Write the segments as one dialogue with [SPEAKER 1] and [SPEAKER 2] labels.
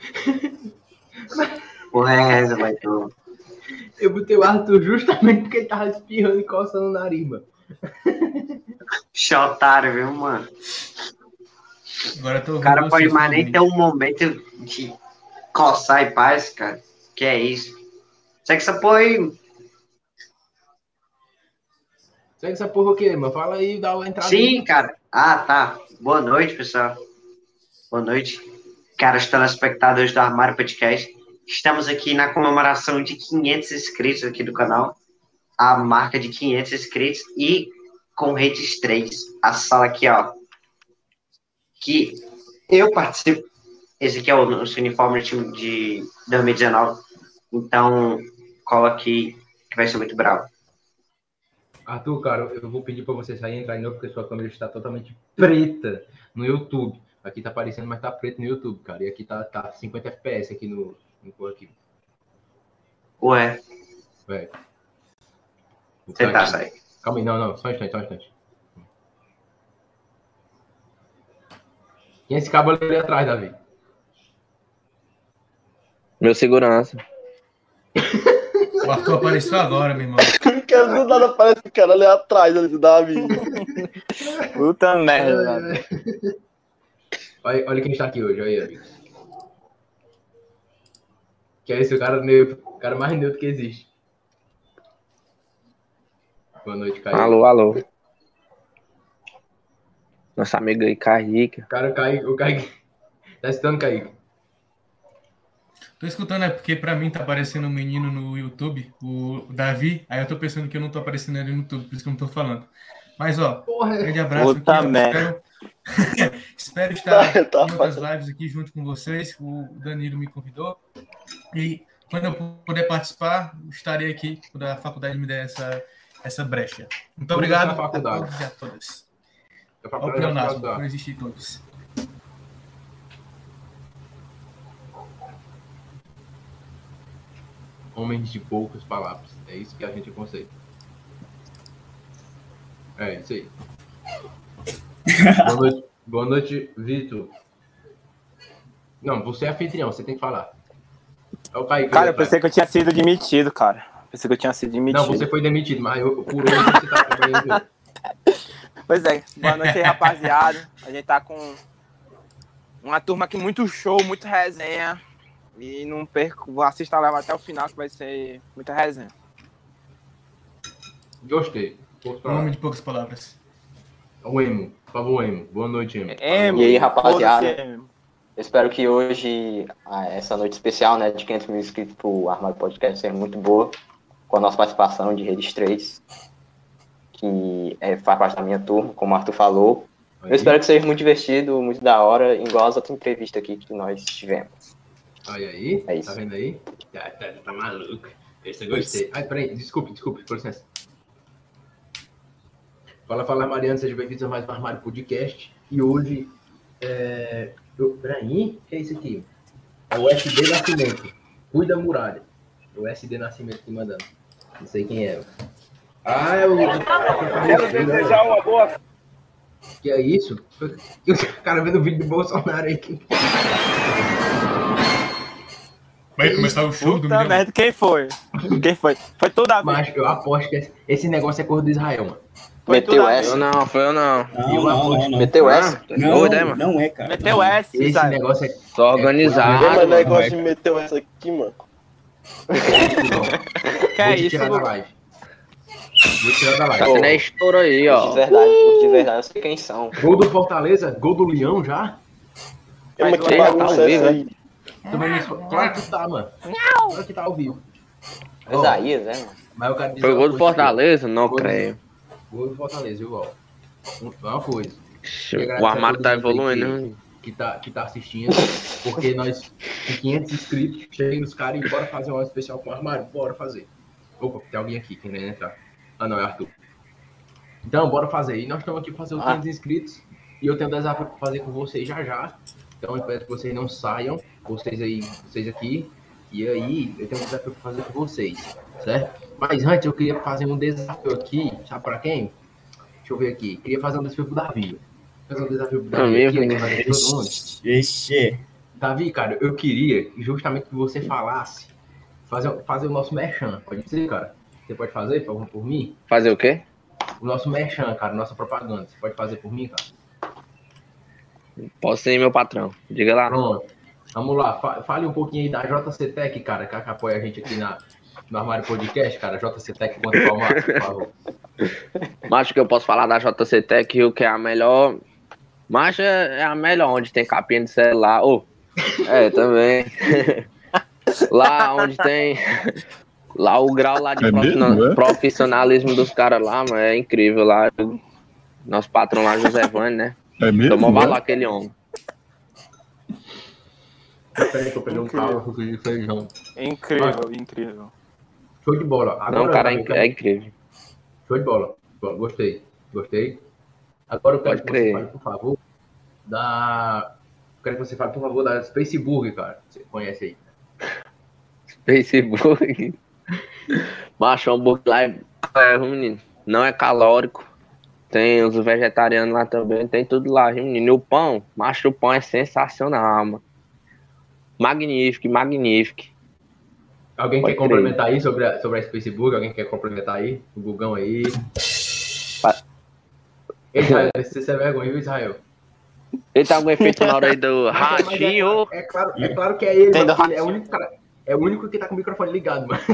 [SPEAKER 1] Porra, é essa, vai tu.
[SPEAKER 2] Eu botei o Arthur justamente porque ele tava espirrando e coçando o nariz, mano.
[SPEAKER 1] Otário, viu, mano?
[SPEAKER 3] Agora eu tô
[SPEAKER 1] O
[SPEAKER 3] ouvindo
[SPEAKER 1] cara pode
[SPEAKER 3] vocês,
[SPEAKER 1] mais nem
[SPEAKER 3] finalmente.
[SPEAKER 1] ter um momento de coçar em paz, cara. Que é isso? Segue essa porra aí.
[SPEAKER 2] Segue essa porra o quê, mano? Fala aí, dá uma entrada.
[SPEAKER 1] Sim,
[SPEAKER 2] aí.
[SPEAKER 1] cara. Ah, tá. Boa noite, pessoal. Boa noite. Caros telespectadores do Armário Podcast. Estamos aqui na comemoração de 500 inscritos aqui do canal. A marca de 500 inscritos e com redes 3. A sala aqui, ó. Que eu participo. Esse aqui é o nosso uniforme do time de 2019. Então, cola aqui que vai ser muito bravo.
[SPEAKER 2] Arthur, cara, eu vou pedir pra você sair e entrar de novo, porque sua câmera está totalmente preta no YouTube. Aqui tá aparecendo, mas tá preto no YouTube, cara. E aqui tá 50 FPS aqui no aqui.
[SPEAKER 1] Ué,
[SPEAKER 2] Velho.
[SPEAKER 1] você tá, sai.
[SPEAKER 2] Calma aí, não, só um instante. Quem é esse cabo ali atrás, Davi?
[SPEAKER 4] Meu segurança.
[SPEAKER 3] O Arthur apareceu agora, meu irmão.
[SPEAKER 5] Que do nada aparece o cara ali atrás ali do Davi.
[SPEAKER 4] Puta merda, velho.
[SPEAKER 2] Olha quem está aqui hoje, aí, amigo. Que é esse, o cara neutro, o cara mais neutro que existe. Boa noite, Kaique.
[SPEAKER 4] Alô. Nosso amigo aí, Kaique.
[SPEAKER 2] O Kaique. Tá escutando, Kaique?
[SPEAKER 3] Tô escutando, é porque pra mim tá aparecendo um menino no YouTube, o Davi, aí eu tô pensando que eu não tô aparecendo ele no YouTube, por isso que eu não tô falando. Mas, ó,
[SPEAKER 2] Porra.
[SPEAKER 3] grande abraço
[SPEAKER 4] Puta
[SPEAKER 3] aqui,
[SPEAKER 4] merda.
[SPEAKER 3] Espero estar
[SPEAKER 5] Tá
[SPEAKER 3] em outras lives aqui junto com vocês, o Danilo me convidou, e quando eu puder participar, estarei aqui, quando a faculdade me der essa brecha. Muito obrigado a todos e a todas. Ao pleonasmo, por existir todos.
[SPEAKER 2] Homens de poucas palavras. É isso que a gente aconselha. É isso aí. Boa noite, Vitor. Não, você é anfitrião, você tem que falar. É o Kaique.
[SPEAKER 4] Cara, eu pensei que eu tinha sido demitido, cara.
[SPEAKER 2] Não, você foi demitido, mas por hoje você tá trabalhando.
[SPEAKER 4] Pois é, boa noite aí, rapaziada. A gente tá com uma turma aqui muito show, muito resenha. E não perco, vou assistir a live até o final, que vai ser muita resenha.
[SPEAKER 2] Gostei.
[SPEAKER 3] Homem de poucas palavras.
[SPEAKER 2] O Emo, por favor, Emo. Boa noite, Emo.
[SPEAKER 6] E aí, rapaziada. Eu espero que hoje, essa noite especial, né, de 500 mil inscritos pro Armário Podcast seja muito boa, com a nossa participação de Redes 3, que faz parte da minha turma, como o Arthur falou.
[SPEAKER 2] Aí.
[SPEAKER 6] Eu espero que seja muito divertido, muito da hora, igual as outras entrevistas aqui que nós tivemos.
[SPEAKER 2] Olha aí,
[SPEAKER 6] É isso.
[SPEAKER 2] tá vendo aí? Tá maluco. Esse eu gostei. Ai, peraí, desculpe, com licença. Fala, Mariana, seja bem-vindo a mais um Armário Podcast. E hoje, peraí, o que é isso aqui? É o SD Nascimento. Cuida da muralha. O SD Nascimento aqui mandando. Não sei quem é. Ah, é o...
[SPEAKER 5] Quero desejar uma boa...
[SPEAKER 2] Que é isso? O cara vendo o vídeo do Bolsonaro aí.
[SPEAKER 3] Vai começar o show do
[SPEAKER 4] Puta
[SPEAKER 3] milhão.
[SPEAKER 4] merda, quem foi? Foi toda a vez.
[SPEAKER 2] Mas eu aposto que esse negócio é coisa do Israel, mano.
[SPEAKER 6] Meteu essa?
[SPEAKER 4] Eu não.
[SPEAKER 7] Não.
[SPEAKER 6] Meteu essa?
[SPEAKER 7] Não é, cara.
[SPEAKER 4] Meteu S,
[SPEAKER 2] Esse
[SPEAKER 4] sabe?
[SPEAKER 2] negócio é...
[SPEAKER 4] Só organizado.
[SPEAKER 5] Mas negócio de meter essa aqui, mano.
[SPEAKER 4] Que é isso,
[SPEAKER 2] Vou tirar da live.
[SPEAKER 4] Tá sendo estouro aí,
[SPEAKER 6] Os de verdade, eu sei quem são.
[SPEAKER 2] Gol do Fortaleza? Gol do Leão já?
[SPEAKER 5] Mas que
[SPEAKER 4] já tá
[SPEAKER 5] bagunça
[SPEAKER 4] ao
[SPEAKER 5] é essa
[SPEAKER 4] vivo,
[SPEAKER 5] aí?
[SPEAKER 2] Claro que tá, mano. Claro que tá ao vivo.
[SPEAKER 6] Isaías, né, mano?
[SPEAKER 2] Mas eu quero dizer
[SPEAKER 4] Foi
[SPEAKER 2] uma
[SPEAKER 4] gol do
[SPEAKER 2] coisa,
[SPEAKER 4] Fortaleza? Não
[SPEAKER 2] Gol do-
[SPEAKER 4] creio.
[SPEAKER 2] Gol do Fortaleza, igual. Uma coisa.
[SPEAKER 4] O armário tá evoluindo.
[SPEAKER 2] Que tá assistindo. Porque nós, com 500 inscritos, chega os caras e bora fazer uma especial com o armário. Bora fazer. Opa, tem alguém aqui querendo entrar. Ah, não, é Arthur. Então, bora fazer. E nós estamos aqui para fazer os 500 inscritos. E eu tenho um desafio para fazer com vocês já. Então, eu peço que vocês não saiam. Vocês aqui. E aí, eu tenho um desafio para fazer com vocês. Certo? Mas antes, eu queria fazer um desafio aqui. Sabe para quem? Deixa eu ver aqui. Queria fazer um desafio pro Davi. Fazer um desafio pro Davi aqui. Aqui vai ter todo mundo.
[SPEAKER 7] Ixi.
[SPEAKER 2] Davi, cara, eu queria justamente que você falasse, fazer o nosso merchan, pode ser, cara? Você pode fazer por mim?
[SPEAKER 4] Fazer o quê?
[SPEAKER 2] O nosso merchan, cara, nossa propaganda. Você pode fazer por mim, cara?
[SPEAKER 4] Posso ser meu patrão. Diga lá.
[SPEAKER 2] Pronto. Vamos lá. Fale um pouquinho aí da JC Tech, cara, que apoia a gente aqui no Armário Podcast, cara. JC Tech, conta pra Macho, por favor.
[SPEAKER 4] Macho, que eu posso falar da JC Tech, que é a melhor... Macho é a melhor, onde tem capinha de celular. Também. Lá onde tem... Lá o grau lá de profissionalismo dos caras lá, mano, é incrível lá. Nosso patrão lá, José Vane, né?
[SPEAKER 8] É mesmo?
[SPEAKER 4] Tomou valor aquele homem.
[SPEAKER 2] Peraí que eu peguei um carro de feijão.
[SPEAKER 3] Incrível.
[SPEAKER 2] Show de bola.
[SPEAKER 4] Agora, não, cara, é incrível.
[SPEAKER 2] Show de bola. Gostei. Agora eu quero que você fale, por favor, quero que você fale, por favor, da Facebook, cara. Você conhece aí.
[SPEAKER 4] Facebook? Macho, o hambúrguer lá menino, não é calórico. Tem os vegetarianos lá também, tem tudo lá, menino. E o pão, macho, o pão é sensacional, mano. Magnífico.
[SPEAKER 2] Alguém quer complementar aí sobre a Facebook? Alguém quer complementar aí? O Gugão aí. Israel, você é vergonha, viu, Israel?
[SPEAKER 4] Ele tá com efeito na hora aí do ratinho.
[SPEAKER 2] É claro que é ele, mano, é o único que tá com o microfone ligado, mano.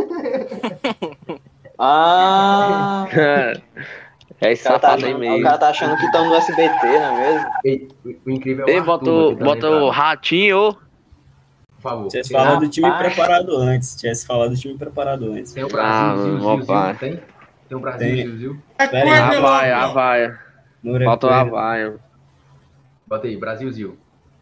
[SPEAKER 6] É esse safado aí mesmo. O cara tá achando que estão no SBT, não é mesmo?
[SPEAKER 2] O incrível é o
[SPEAKER 4] bota o ratinho.
[SPEAKER 2] Por favor.
[SPEAKER 7] Tivesse falado do time preparado antes.
[SPEAKER 2] Tem o Brasil, Zil, tem o Brasil, Zil.
[SPEAKER 4] Havaia. Falta o Havaia.
[SPEAKER 2] Bota aí, Brasil, Zil.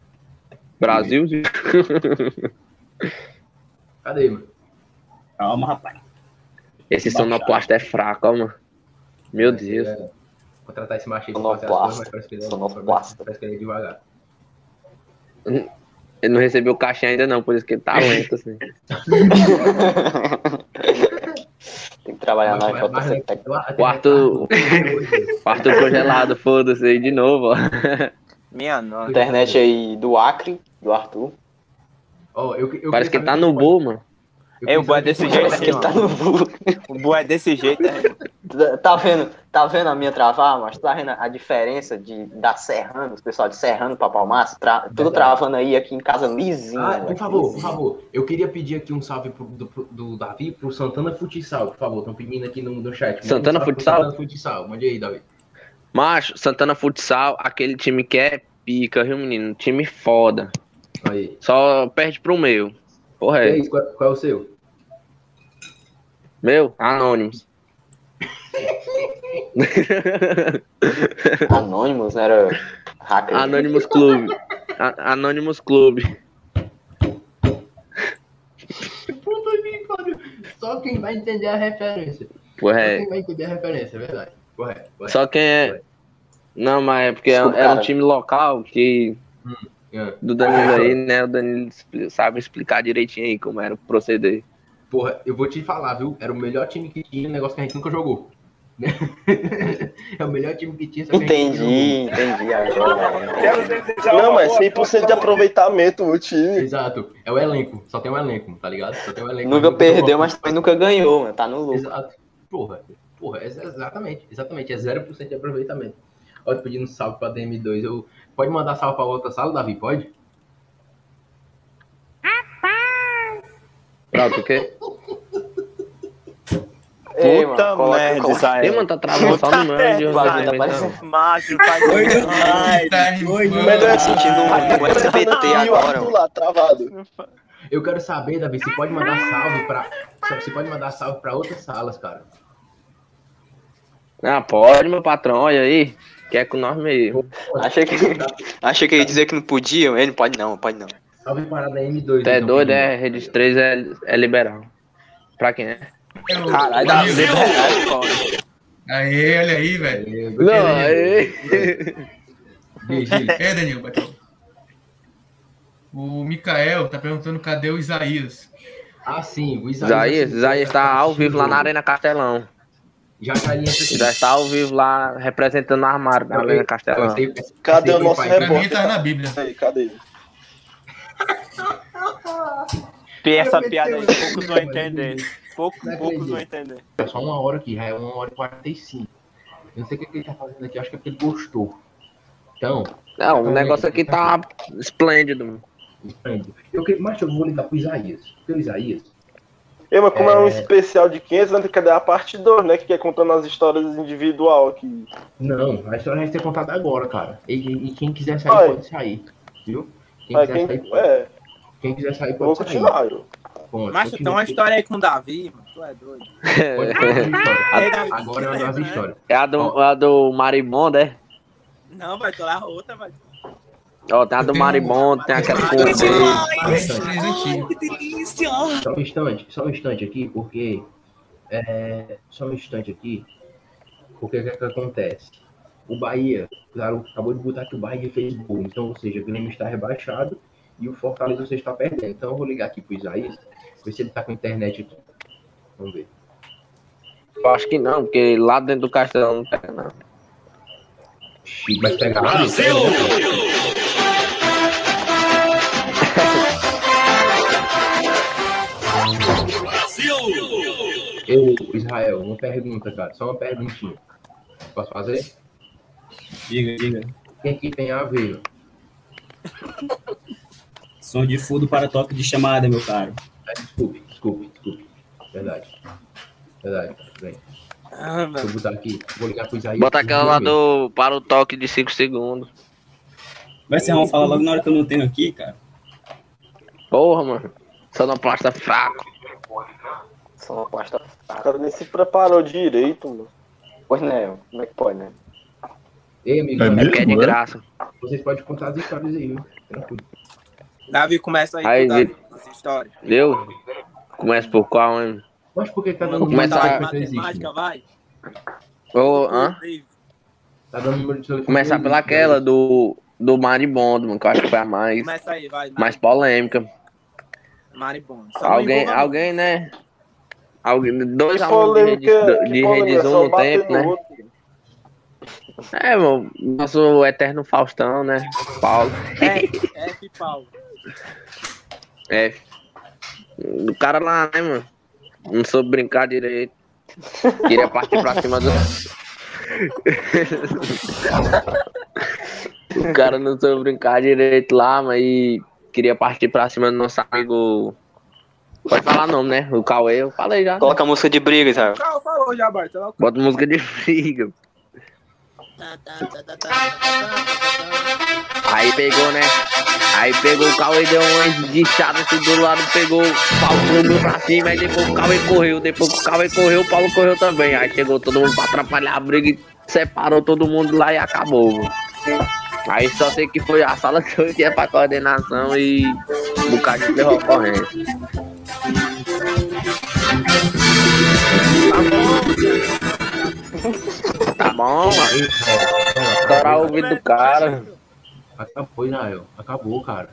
[SPEAKER 2] Cadê, mano?
[SPEAKER 7] Calma, rapaz.
[SPEAKER 4] Esse sonoplasta é fraco, ó, mano. Meu Deus.
[SPEAKER 2] Contratar esse machinho pra fazer as coisas, mas parece que ele é devagar.
[SPEAKER 4] Ele não recebeu o caixa ainda não, por isso que ele tá lento, assim.
[SPEAKER 6] Tem que trabalhar na JC Tech.
[SPEAKER 4] Quarto congelado, foda-se aí de novo, ó. Minha nossa.
[SPEAKER 6] Internet aí do Acre, do Arthur.
[SPEAKER 4] Parece que ele tá no Bull, mano.
[SPEAKER 6] O Bull é desse jeito aqui, mano. Tá no Bull. O Bull é desse jeito, Tá vendo a minha travar, mas tá vendo a diferença da Serrano, os pessoal de Serrano pra Palmaço, tudo travando aí aqui em casa lisinho.
[SPEAKER 2] Por favor, eu queria pedir aqui um salve do Davi pro Santana Futsal, por favor, estão pedindo aqui no chat.
[SPEAKER 4] Santana Futsal?
[SPEAKER 2] Mande aí, Davi.
[SPEAKER 4] Macho, Santana Futsal, aquele time que é pica, viu, menino? Time foda.
[SPEAKER 2] Aí.
[SPEAKER 4] Só perde pro meu. Porra,
[SPEAKER 2] é isso, qual é o seu?
[SPEAKER 4] Meu? Anonymous.
[SPEAKER 6] Anonymous era hacker.
[SPEAKER 4] Anonymous Clube. Anonymous Clube.
[SPEAKER 2] Só quem vai entender a referência.
[SPEAKER 4] Correto.
[SPEAKER 2] Só quem vai entender a referência, é verdade. Correto.
[SPEAKER 4] Só quem é... Não, mas é porque era um time local que... Do Danilo aí, né? O Danilo sabe explicar direitinho aí como era o proceder.
[SPEAKER 2] Porra, eu vou te falar, viu? Era o melhor time que tinha, negócio que a gente nunca jogou. É o melhor time que tinha.
[SPEAKER 6] Entendi agora.
[SPEAKER 5] Não, mas 100% de aproveitamento o time.
[SPEAKER 2] Exato. É o elenco. Só tem um elenco, tá ligado? Só tem um elenco.
[SPEAKER 6] Nunca perdeu, mas também nunca ganhou, mano. Tá no lucro.
[SPEAKER 2] Exato. Porra, exatamente. É 0% de aproveitamento. Ó, pedindo um salve pra DM2. Pode mandar salve pra outra sala, Davi? Pode?
[SPEAKER 4] Pronto, o quê?
[SPEAKER 6] Puta merda,
[SPEAKER 4] Israel. Mano, tá travando só no meio.
[SPEAKER 6] Macho,
[SPEAKER 5] melhor sentindo
[SPEAKER 6] o SBT agora.
[SPEAKER 5] Lá, travado.
[SPEAKER 2] Eu quero saber, Davi, se pode mandar salve pra outras salas, cara.
[SPEAKER 4] Ah, pode, meu patrão, olha aí. Quer com nós mesmo.
[SPEAKER 6] Achei que ia dizer que não podia, ele pode não.
[SPEAKER 2] Salve parada M2.
[SPEAKER 4] Tu é doido, Rede 3 é liberal. Pra quem é?
[SPEAKER 6] Caralho, dá liberdade, pô.
[SPEAKER 3] Aê, olha aí, velho.
[SPEAKER 4] Não, aê.
[SPEAKER 3] Danilo, bateu. O Mikael tá perguntando cadê o Isaías.
[SPEAKER 2] Ah, sim, o
[SPEAKER 4] Isaías tá ao vivo lá na Arena Castelão.
[SPEAKER 2] Já
[SPEAKER 4] está ao vivo lá, representando o armário da Arena Castelão.
[SPEAKER 5] Cadê o nosso repórter?
[SPEAKER 3] Pra mim tá na Bíblia.
[SPEAKER 5] Aí, cadê ele?
[SPEAKER 4] Essa piada aí, poucos vão entender. Poucos vão entender.
[SPEAKER 2] É só 1 hora aqui, já é 1h45. Eu não sei o que ele tá fazendo aqui, acho que é porque ele gostou. Então.
[SPEAKER 8] Não, o negócio aqui tá esplêndido.
[SPEAKER 2] Mas eu vou ligar pro Isaías. Porque o Isaías.
[SPEAKER 5] Mas como é um especial de 500, né, cadê a parte 2, né? Que é contando as histórias individual aqui.
[SPEAKER 2] Não, a história vai ser contada agora, cara. E quem quiser sair, pode sair. Viu? Quem quiser sair, pode
[SPEAKER 5] vou
[SPEAKER 2] sair.
[SPEAKER 5] Continuar, eu.
[SPEAKER 4] Mas tem uma história aí com o Davi, mano. Tu é doido.
[SPEAKER 2] Agora é uma das histórias.
[SPEAKER 8] É a do Maribondo, é?
[SPEAKER 4] Não, vai tolar a outra, vai.
[SPEAKER 8] Ó, tem a do Maribondo, tem aquela com o
[SPEAKER 3] Que delícia!
[SPEAKER 2] Só um instante aqui, porque... Só um instante aqui. Porque o que acontece? O Bahia, claro, acabou de botar que o Bahia fez gol. Então, ou seja, o Grêmio está rebaixado e o Fortaleza você está perdendo. Então eu vou ligar aqui pro Isaías, ver se ele tá com a internet aqui. Vamos ver.
[SPEAKER 8] Eu acho que não, porque lá dentro do Castelão não pega, não.
[SPEAKER 2] Mas pegar lá.
[SPEAKER 9] Brasil!
[SPEAKER 2] Israel, uma pergunta, cara. Só uma perguntinha. Posso fazer?
[SPEAKER 7] Diga.
[SPEAKER 2] Quem aqui tem AV?
[SPEAKER 7] Som de fundo para toque de chamada, meu caro.
[SPEAKER 2] Desculpe. Verdade. Vem. Vou botar aqui. Vou ligar pro Isaías.
[SPEAKER 8] Bota aquela lá para o toque de 5 segundos.
[SPEAKER 7] Vai ser vamos falar logo na hora que eu não tenho aqui, cara.
[SPEAKER 8] Porra, mano. Sonoplasta fraco.
[SPEAKER 6] Sonoplasta
[SPEAKER 5] O
[SPEAKER 6] fraco.
[SPEAKER 5] cara nem se preparou direito, mano.
[SPEAKER 6] Pois né, como é que pode, né?
[SPEAKER 2] Ei, amigo,
[SPEAKER 8] Que é de graça.
[SPEAKER 2] Vocês podem contar as histórias aí, viu? Tranquilo.
[SPEAKER 4] Davi, começa aí,
[SPEAKER 8] Aí,
[SPEAKER 4] Davi, essa história.
[SPEAKER 8] Deu? Começa por qual, hein?
[SPEAKER 2] Mas por que tá dando
[SPEAKER 8] Começa
[SPEAKER 2] número
[SPEAKER 8] a-
[SPEAKER 2] de pessoas
[SPEAKER 4] Matemática, vai.
[SPEAKER 8] Ô, hã?
[SPEAKER 2] Tá dando número de pessoas.
[SPEAKER 8] Começar pelaquela do Maribondo, mano, que eu acho que foi a
[SPEAKER 4] Começa aí, vai.
[SPEAKER 8] mais polêmica.
[SPEAKER 4] Maribondo.
[SPEAKER 8] Alguém, né? Dois
[SPEAKER 5] Que
[SPEAKER 8] alunos de
[SPEAKER 5] polêmica,
[SPEAKER 8] redes
[SPEAKER 5] só
[SPEAKER 8] 1 no
[SPEAKER 5] bater
[SPEAKER 8] tempo,
[SPEAKER 5] no
[SPEAKER 8] né?
[SPEAKER 5] outro.
[SPEAKER 8] Mano, nosso eterno Faustão, né? Paulo.
[SPEAKER 4] F, Paulo.
[SPEAKER 8] F. O cara lá, né, mano? Não soube brincar direito. Queria partir pra cima do. O cara não soube brincar direito lá, mas queria partir pra cima do nosso amigo. Pode falar nome, né? O Cauê, eu falei já.
[SPEAKER 6] Coloca a música de briga, sabe?
[SPEAKER 4] Calma, falou já, Bart.
[SPEAKER 8] Bota música de briga. Aí pegou, né? Aí pegou o Cauê, deu uma guinchada assim do lado, pegou o Paulo subiu pra cima, aí depois o Cauê correu. Depois que o Cauê correu, o Paulo correu também. Aí chegou todo mundo pra atrapalhar a briga e separou todo mundo lá e acabou, mano. Aí só sei que foi a sala toda que é pra coordenação e um bocado de ocorrência. Tá bom, mano. Estourar o ouvido do cara.
[SPEAKER 2] Acabou, Israel. Acabou, cara.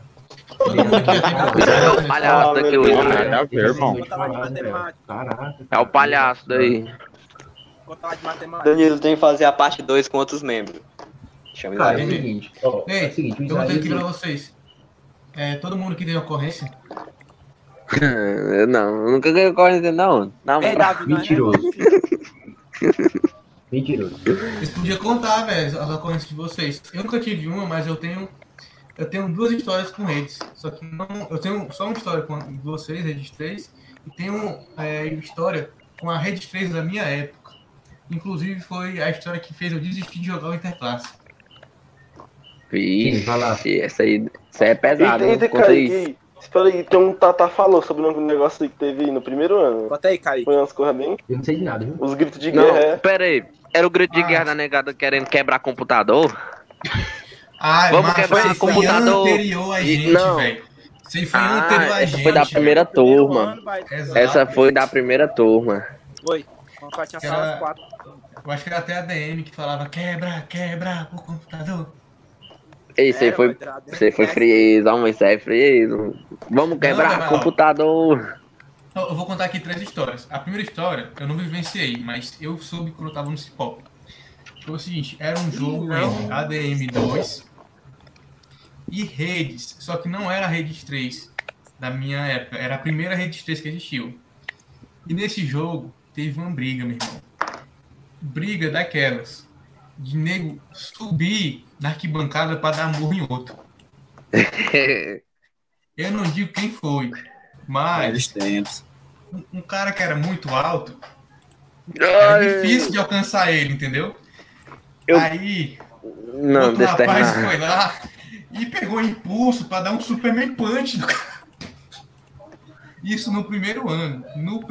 [SPEAKER 8] É o palhaço daqui hoje, né?
[SPEAKER 2] Caraca.
[SPEAKER 8] É o palhaço daí.
[SPEAKER 6] Danilo tem que fazer a parte 2 com outros membros. Chama
[SPEAKER 2] Cara, é o
[SPEAKER 6] Isaías.
[SPEAKER 2] seguinte. Ó, é
[SPEAKER 3] Ei,
[SPEAKER 2] o seguinte, o
[SPEAKER 3] eu vou ter que pra
[SPEAKER 2] Isaías.
[SPEAKER 3] vocês. Todo mundo que tem ocorrência.
[SPEAKER 8] Não, eu nunca ganhei corrente, não. Não,
[SPEAKER 4] Ei, Davi, não é
[SPEAKER 2] Mentiroso.
[SPEAKER 4] negócio.
[SPEAKER 2] Mentiroso.
[SPEAKER 3] Vocês podiam contar, velho, as ocorrências de vocês. Eu nunca tive uma, mas eu tenho 2 histórias com redes. Só que não. Eu tenho só uma história com vocês, Redes 3, e tenho história com a Redes 3 da minha época. Inclusive foi a história que fez eu desistir de jogar o Interclasse.
[SPEAKER 8] Vixe,
[SPEAKER 2] Vai lá.
[SPEAKER 8] essa aí é pesada,
[SPEAKER 5] Eita,
[SPEAKER 8] não conta
[SPEAKER 5] cara,
[SPEAKER 8] isso.
[SPEAKER 5] espera aí, tem um Tata falou sobre um negócio aí que teve no primeiro ano.
[SPEAKER 4] Bota aí, Kaique.
[SPEAKER 5] Foi umas coisas bem.
[SPEAKER 2] Eu não sei de nada, viu?
[SPEAKER 5] Os gritos de
[SPEAKER 8] Não,
[SPEAKER 5] guerra,
[SPEAKER 8] pera aí. Era o grito de guerra da negada querendo quebrar computador? Vamos
[SPEAKER 3] mas
[SPEAKER 8] quebrar
[SPEAKER 3] isso foi
[SPEAKER 8] computador.
[SPEAKER 3] anterior a
[SPEAKER 8] E-
[SPEAKER 3] gente,
[SPEAKER 8] não.
[SPEAKER 3] velho. Isso aí foi anterior a
[SPEAKER 8] essa
[SPEAKER 3] gente.
[SPEAKER 8] foi da primeira turma.
[SPEAKER 3] Exato.
[SPEAKER 8] Essa foi da primeira turma.
[SPEAKER 4] Foi. Quando tinha sala
[SPEAKER 3] Era-
[SPEAKER 4] os 4.
[SPEAKER 3] Eu acho que era até a DM que falava quebra o computador.
[SPEAKER 8] Esse aí foi. Você foi frieza, mas isso aí é frieza. Vamos quebrar
[SPEAKER 3] não.
[SPEAKER 8] computador.
[SPEAKER 3] Eu vou contar aqui 3 histórias. A primeira história eu não vivenciei, mas eu soube quando eu tava no Cipó. Foi o seguinte, era um jogo entre ADM 2 e redes, só que não era a Redes 3 da minha época, era a primeira Redes 3 que existiu. E nesse jogo teve uma briga, meu irmão. Briga daquelas, de nego subir na arquibancada para dar murro em outro. Eu não digo quem foi, mas um cara que era muito alto, era difícil de alcançar ele, entendeu? Aí, outro rapaz foi lá e pegou impulso para dar um Superman Punch no cara. Isso no primeiro ano.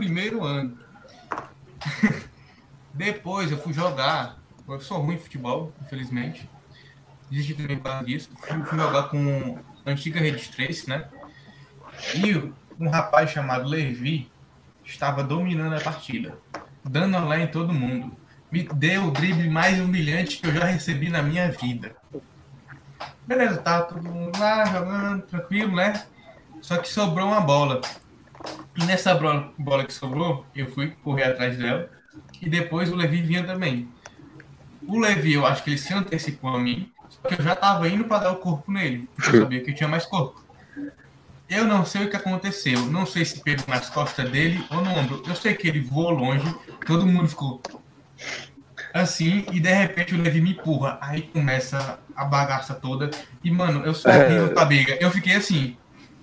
[SPEAKER 3] Depois eu fui jogar. Eu sou ruim em futebol, infelizmente. Desisti também por causa disso. Fui jogar com a antiga Rede 3, né? E um rapaz chamado Levi estava dominando a partida, dando olé em todo mundo. Me deu o drible mais humilhante que eu já recebi na minha vida. Beleza, tá todo mundo lá jogando, tranquilo, né? Só que sobrou uma bola. E nessa bola que sobrou, eu fui correr atrás dela. E depois o Levi vinha também. O Levi, eu acho que ele se antecipou a mim. Só que eu já tava indo para dar o corpo nele. Porque eu sabia que eu tinha mais corpo. Eu não sei o que aconteceu. Não sei se pegou nas costas dele ou no ombro. Eu sei que ele voou longe. Todo mundo ficou assim. E de repente o Levi me empurra. Aí começa a bagaça toda. E, mano, eu sou horrível pra briga. Eu fiquei assim.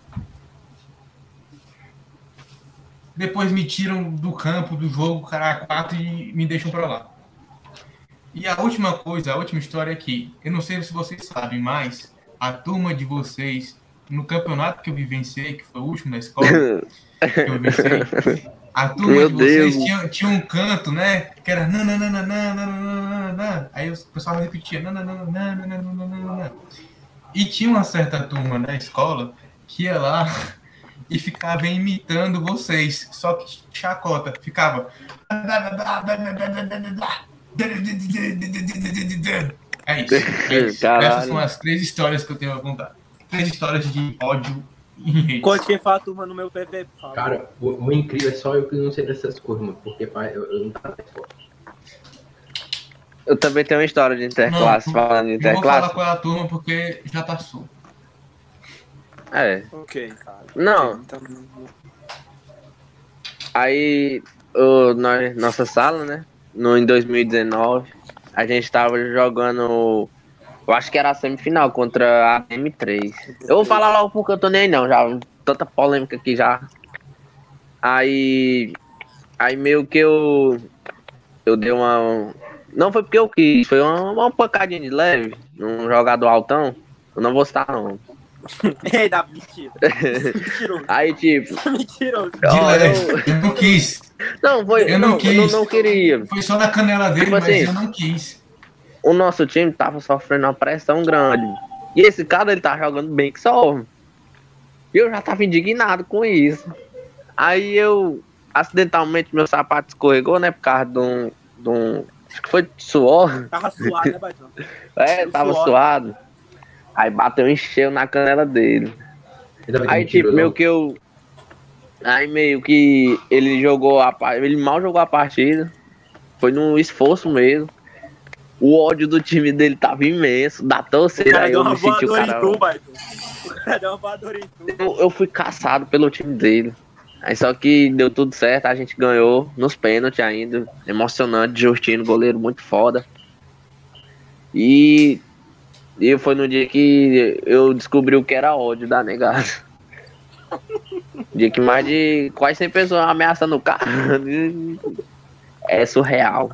[SPEAKER 3] Depois me tiram do campo, do jogo, cara, 4 e me deixam pra lá. E a última coisa, a última história é que, eu não sei se vocês sabem, mas a turma de vocês, no campeonato que eu vivenciei, que foi o último da escola, que eu vivenciei, a turma de vocês tinha um canto, né, que era nananana, aí o pessoal repetia nananana. E tinha uma certa turma da escola que ia lá e ficava imitando vocês, só que chacota, ficava. É isso. Essas são as 3 histórias que eu tenho a contar. 3 histórias de ódio em redes.
[SPEAKER 4] Conte quem fala a turma no meu PV, por favor.
[SPEAKER 2] Cara, o incrível é só eu que não sei dessas coisas, mano, porque pai, eu não tava na escola.
[SPEAKER 8] Eu também tenho uma história de interclasse, falando de interclasse.
[SPEAKER 3] Não vou falar qual é a turma porque já passou.
[SPEAKER 8] É.
[SPEAKER 4] Ok, cara.
[SPEAKER 8] Não.
[SPEAKER 4] Okay, então...
[SPEAKER 8] Aí, nossa sala, né? Em 2019, a gente tava jogando. Eu acho que era a semifinal contra a M3. Eu vou falar logo porque eu tô nem aí, não. Já tanta polêmica aqui já. Aí meio que eu dei uma. Não foi porque eu quis, foi uma pancadinha de leve num jogador altão. Eu não vou citar, não.
[SPEAKER 4] Ei, dá mentira. Mentiroso.
[SPEAKER 8] Aí, tipo.
[SPEAKER 4] Mentiroso.
[SPEAKER 3] Eu não quis.
[SPEAKER 8] Não, foi. Eu não quis. Eu não queria.
[SPEAKER 3] Foi só na canela dele, tipo mas assim, eu não quis.
[SPEAKER 8] O nosso time tava sofrendo uma pressão grande. E esse cara, ele tá jogando bem que só. E eu já tava indignado com isso. Aí eu, acidentalmente, meu sapato escorregou, né? Por causa de um acho que foi de suor.
[SPEAKER 4] Tava suado, né, Baitão?
[SPEAKER 8] Tava suado. Aí bateu, encheu na canela dele. Aí, tipo, meio que eu... Aí, meio que ele jogou a partida... Ele mal jogou a partida. Foi num esforço mesmo. O ódio do time dele tava imenso. Da torcida, aí eu me senti o cara...
[SPEAKER 4] O cara deu uma voadora em tu.
[SPEAKER 8] Eu fui caçado pelo time dele. Aí só que deu tudo certo, a gente ganhou nos pênaltis ainda. Emocionante, Justino, goleiro muito foda. E foi no dia que eu descobri o que era ódio da negada. Dia que mais de quase 100 pessoas ameaçando o carro. É surreal.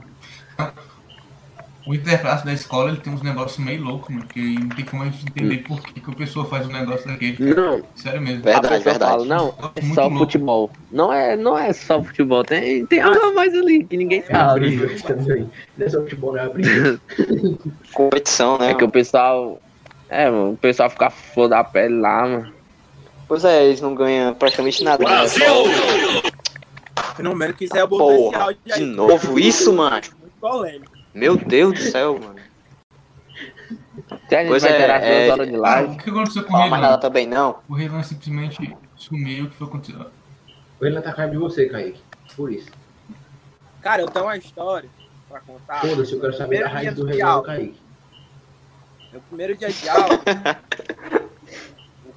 [SPEAKER 3] O interclasse da escola, ele tem uns negócios meio loucos, mano, que não tem como a gente entender por que a pessoa faz um negócio daquele.
[SPEAKER 8] Não.
[SPEAKER 3] Sério mesmo.
[SPEAKER 6] Verdade.
[SPEAKER 8] Fala, não, é muito só louco. Futebol. Não é só futebol, tem algo mais ali que ninguém sabe.
[SPEAKER 2] Não é só futebol, não é abrir.
[SPEAKER 6] Competição, né?
[SPEAKER 8] É que o pessoal fica flor da pele lá, mano.
[SPEAKER 6] Pois é, eles não ganham praticamente nada.
[SPEAKER 4] Fenômeno que isso é o potencial
[SPEAKER 6] de novo isso, mano.
[SPEAKER 4] Muito polêmico.
[SPEAKER 6] Meu Deus do céu, mano.
[SPEAKER 8] Se a gente vai ter 2 horas de live.
[SPEAKER 3] O que aconteceu com o
[SPEAKER 6] Fala
[SPEAKER 3] Renan?
[SPEAKER 6] mais nada também, não.
[SPEAKER 3] O Renan simplesmente sumiu. O que foi acontecendo?
[SPEAKER 2] O Renan tá com raiva de você, Kaique. Por isso.
[SPEAKER 4] Cara, eu tenho uma história pra contar.
[SPEAKER 2] Foda-se, eu quero saber a raiz do Renan, Kaique.
[SPEAKER 4] Meu primeiro dia de aula.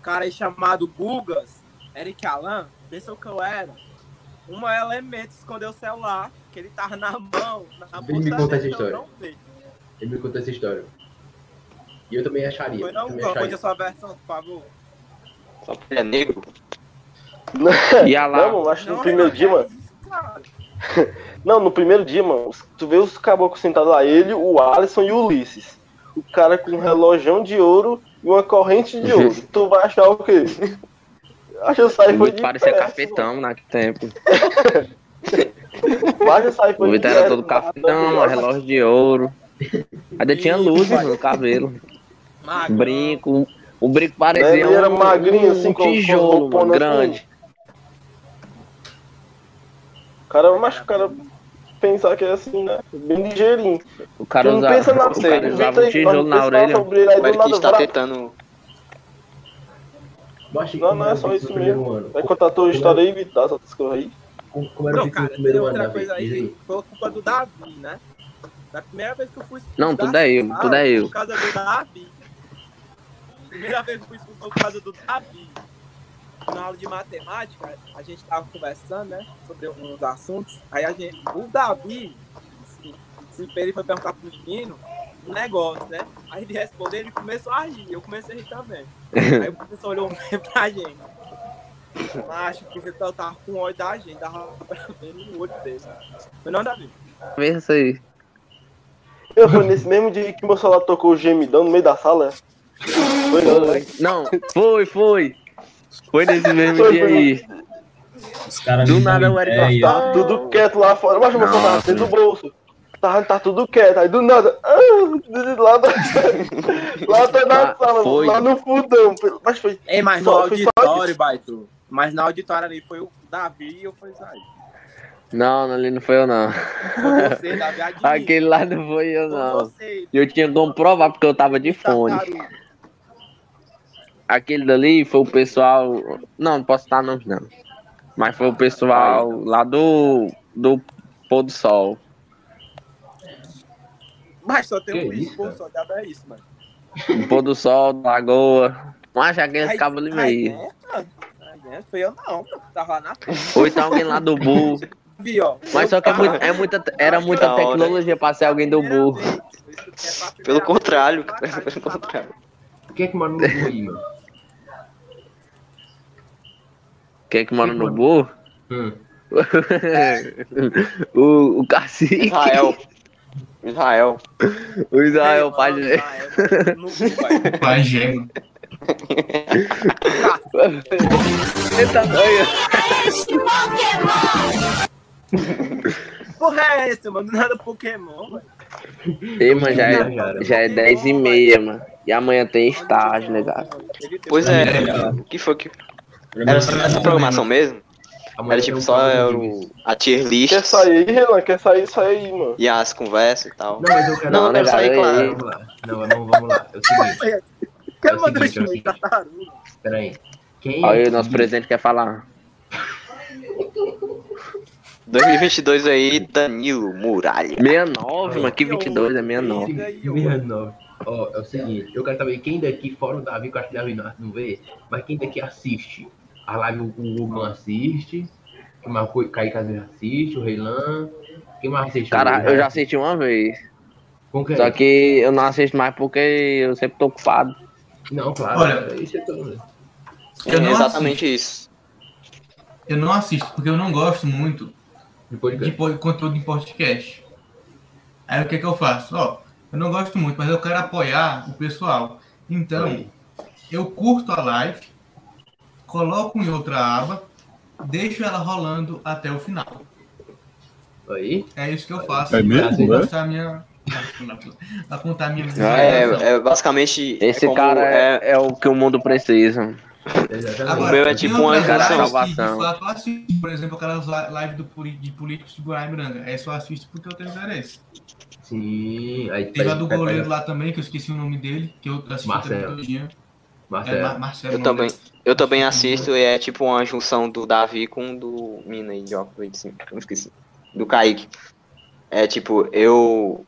[SPEAKER 4] cara aí chamado Gugas, Eric Alan, pensou que eu era um elemento, escondeu o celular, que ele tava na mão, na
[SPEAKER 2] Ele me conta essa história.
[SPEAKER 4] não veio.
[SPEAKER 2] Ele me contou essa história. E eu também acharia.
[SPEAKER 4] Foi não, conte a sua versão, por favor.
[SPEAKER 6] Só porque ele é negro.
[SPEAKER 8] E a lá.
[SPEAKER 5] Não, acho que no primeiro dia, mano. Não, no primeiro dia, mano, tu vê os caboclos sentados lá, ele, o Alisson e o Ulisses. O cara com um relógio de ouro e uma corrente de ouro. Tu vai achar o quê? Acho que eu saí foi de
[SPEAKER 8] Parecia cafetão naquele tempo. O Vitor era todo cafetão, relógio de ouro. Ainda tinha luz no cabelo. Brinco. O brinco parecia
[SPEAKER 5] ele era magrinho, assim, com
[SPEAKER 8] tijolo,
[SPEAKER 5] com
[SPEAKER 8] grande.
[SPEAKER 5] Cara, mas o cara pensar que é assim, né? Bem ligeirinho.
[SPEAKER 8] O cara
[SPEAKER 5] não
[SPEAKER 8] usava,
[SPEAKER 5] pensa na
[SPEAKER 8] o cara usava um tijolo na orelha.
[SPEAKER 6] Mas que está tentando.
[SPEAKER 5] Não é só isso mesmo. Vai contar a tua história aí, Vitor, essas coisas aí.
[SPEAKER 2] Como era o primeiro ano,
[SPEAKER 4] outra coisa aí, foi culpa do Davi, né? Da primeira vez que eu fui expulso.
[SPEAKER 8] Não, tudo é eu.
[SPEAKER 4] Por causa do Davi. Primeira vez que eu fui expulso por causa do Davi. Na aula de matemática, a gente tava conversando, né? Sobre uns assuntos. Aí o Davi, ele foi perguntar pro menino um negócio, né? Aí ele respondeu, ele começou a rir. Eu comecei a rir também. Aí o professor olhou pra gente. Acho que o Vitor tava com o olho da gente, tava pra ver no olho dele. Foi não, Davi?
[SPEAKER 8] Vê isso aí.
[SPEAKER 5] Eu fui nesse mesmo dia que meu celular tocou o gemidão no meio da sala. Foi não, né?
[SPEAKER 8] Não, foi. Foi nesse mesmo dia aí. Do nada o Eric
[SPEAKER 5] tá tudo quieto lá fora. Mas o meu celular dentro do bolso. Tá tudo quieto. Aí do nada. Lá atrás da sala, lá no fundão. Mas foi.
[SPEAKER 4] Ei, mas no auditório, Baito. Mas na auditório ali foi o Davi e eu fui Zay.
[SPEAKER 8] Não, ali não foi eu não.
[SPEAKER 4] Foi você, Davi, admito.
[SPEAKER 8] Aquele lá não foi eu não. Eu tinha como provar porque eu tava de fone. Aquele dali foi o pessoal. Não posso citar nomes não. Mas foi o pessoal lá do Pôr do Sol.
[SPEAKER 4] Mas só tem um isso, Pôr do Sol, é isso, mano.
[SPEAKER 8] O Pôr do Sol, Lagoa. Mas aqueles cabos ali meio.
[SPEAKER 4] Foi eu não, tava lá na
[SPEAKER 8] Ou então alguém lá do Bull. Mas só que era muita tecnologia pra ser alguém do Bull.
[SPEAKER 6] Pelo contrário.
[SPEAKER 2] Quem é que mora no Bull aí, mano?
[SPEAKER 8] Quem é que mora no Bull? O cacique.
[SPEAKER 6] Israel.
[SPEAKER 8] O Israel, pai de...
[SPEAKER 3] Pai gêmeo.
[SPEAKER 8] Eita, doia.
[SPEAKER 4] Porra é essa, mano? Nada Pokémon, mano.
[SPEAKER 8] Ei, mano, já é 10h30, mano. E amanhã tem estágio, né, cara?
[SPEAKER 6] Pois é, o que foi que... Era essa programação mesmo? Era tipo só a tier list.
[SPEAKER 5] Quer sair, Renan? Quer sair, sai aí, mano.
[SPEAKER 6] E as conversas e tal.
[SPEAKER 2] Não, mas eu quero...
[SPEAKER 6] Não, eu quero sair, claro.
[SPEAKER 2] Vamos lá. É o seguinte.
[SPEAKER 4] Quero mandar isso aí, tartaruga.
[SPEAKER 2] Espera aí.
[SPEAKER 8] Olha aí, o nosso presidente quer falar.
[SPEAKER 6] 2022 aí, Danilo Muralha.
[SPEAKER 8] 69, mano, que 22 é 69.
[SPEAKER 2] 69. Ó, é o seguinte, eu quero saber quem daqui, fora o Davi, que eu acho que o Davi não vê, mas quem daqui assiste? A live o Hugo assiste, o Kaique assiste, o Reilan, quem mais assiste?
[SPEAKER 8] Cara, eu já assisti uma vez.
[SPEAKER 2] Com quem?
[SPEAKER 8] Só que eu não assisto mais porque eu sempre tô ocupado.
[SPEAKER 2] Não, claro.
[SPEAKER 3] Olha,
[SPEAKER 2] isso é tudo.
[SPEAKER 6] Exatamente isso.
[SPEAKER 3] Eu não assisto, porque eu não gosto muito de conteúdo em podcast. Aí o que eu faço? Ó, eu não gosto muito, mas eu quero apoiar o pessoal. Então, eu curto a live, coloco em outra aba, deixo ela rolando até o final.
[SPEAKER 2] Aí?
[SPEAKER 3] É isso que eu faço.
[SPEAKER 7] É mesmo?
[SPEAKER 3] Apontar a minha
[SPEAKER 6] basicamente...
[SPEAKER 8] Esse cara é o que o mundo precisa.
[SPEAKER 3] Agora,
[SPEAKER 6] o meu é tipo uma
[SPEAKER 8] salvação.
[SPEAKER 3] Eu assisto, por exemplo, aquelas lives de políticos de Guaramiranga. É só assisto porque eu tenho interesse.
[SPEAKER 2] Sim. Aí,
[SPEAKER 3] teve a do goleiro lá também, que eu esqueci o nome dele, que eu assisti
[SPEAKER 2] Marcelo.
[SPEAKER 3] Marcelo.
[SPEAKER 6] Eu também assisto e é tipo uma junção do Davi com do Mina aí, de óculos, não esqueci. Do Kaique. É tipo, eu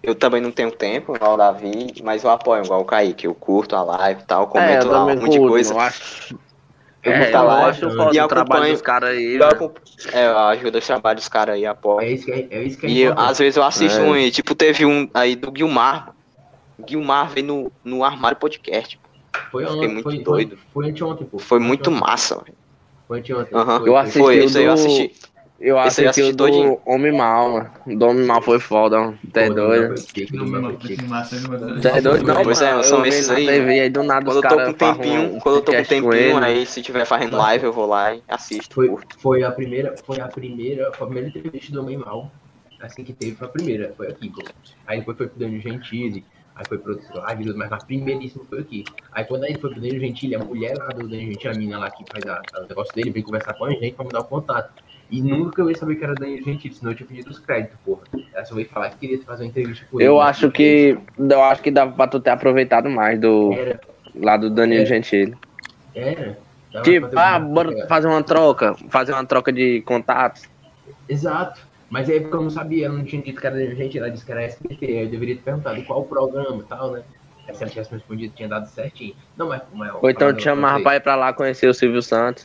[SPEAKER 6] eu também não tenho tempo, igual o Davi, mas eu apoio, igual o Kaique. Eu curto a live e tal,
[SPEAKER 8] eu
[SPEAKER 6] comento lá um
[SPEAKER 8] também
[SPEAKER 6] monte de
[SPEAKER 8] curto,
[SPEAKER 6] coisa.
[SPEAKER 8] eu acho.
[SPEAKER 6] Eu
[SPEAKER 8] É,
[SPEAKER 6] curto a
[SPEAKER 8] eu
[SPEAKER 6] live
[SPEAKER 8] acho foda
[SPEAKER 6] e
[SPEAKER 8] o trabalho
[SPEAKER 6] acompanho.
[SPEAKER 8] dos caras aí,
[SPEAKER 6] Eu
[SPEAKER 8] velho.
[SPEAKER 6] eu ajudo os trabalhos dos caras aí, apoio.
[SPEAKER 7] É isso que é
[SPEAKER 6] E
[SPEAKER 7] importante.
[SPEAKER 6] às vezes eu assisto
[SPEAKER 8] É.
[SPEAKER 6] um aí, tipo, teve um aí do Guilmar. Guilmar veio no Armário Podcast.
[SPEAKER 7] Foi
[SPEAKER 6] Fiquei
[SPEAKER 7] ontem,
[SPEAKER 6] muito doido.
[SPEAKER 7] foi anteontem, pô.
[SPEAKER 6] Foi muito massa, velho.
[SPEAKER 7] Foi anteontem.
[SPEAKER 6] Aham.
[SPEAKER 8] Eu assisti
[SPEAKER 6] Foi,
[SPEAKER 8] o
[SPEAKER 6] esse aí eu assisti.
[SPEAKER 8] Eu
[SPEAKER 6] Esse aí eu
[SPEAKER 8] assisti
[SPEAKER 6] assisti
[SPEAKER 8] o
[SPEAKER 6] todinho.
[SPEAKER 8] do Homem Mal, mano. O do Homem Mal foi foda, mano. Tá doido. Tá doido, não,
[SPEAKER 6] Pois é,
[SPEAKER 8] mano.
[SPEAKER 6] são
[SPEAKER 8] Eu vi
[SPEAKER 6] esses
[SPEAKER 8] na
[SPEAKER 6] aí,
[SPEAKER 8] TV aí do nada
[SPEAKER 6] Quando
[SPEAKER 8] os
[SPEAKER 6] eu tô
[SPEAKER 8] caras
[SPEAKER 6] com tempinho, aí se tiver fazendo live, eu vou lá e assisto.
[SPEAKER 7] Foi a primeira entrevista do Homem Mal. Assim que teve, foi a primeira, foi aqui, pô. Aí depois foi pro Danilo Gentili, aí foi pro outro live, mas a primeiríssima foi aqui. Aí quando aí foi pro Danilo Gentili, a mulher lá do Danilo Gentili, a mina lá que faz o negócio dele, veio conversar com a gente pra me dar o contato. E nunca eu ia saber que era Danilo Gentili, senão eu tinha pedido os créditos, porra. Ela só veio falar que queria fazer uma entrevista com ele.
[SPEAKER 8] Eu acho que dava pra tu ter aproveitado mais lá do Danilo Gentili.
[SPEAKER 7] Era.
[SPEAKER 8] Tipo, bora fazer uma troca de contatos.
[SPEAKER 7] Exato. Mas aí porque eu não sabia, ela não tinha dito que era Danilo Gentili, ela disse que era SBT, aí eu deveria ter perguntado qual o programa e tal, né? Aí se ela tivesse me respondido, tinha dado certinho. Não, mas
[SPEAKER 8] Ou então te chamava pra ir pra lá conhecer o Silvio Santos.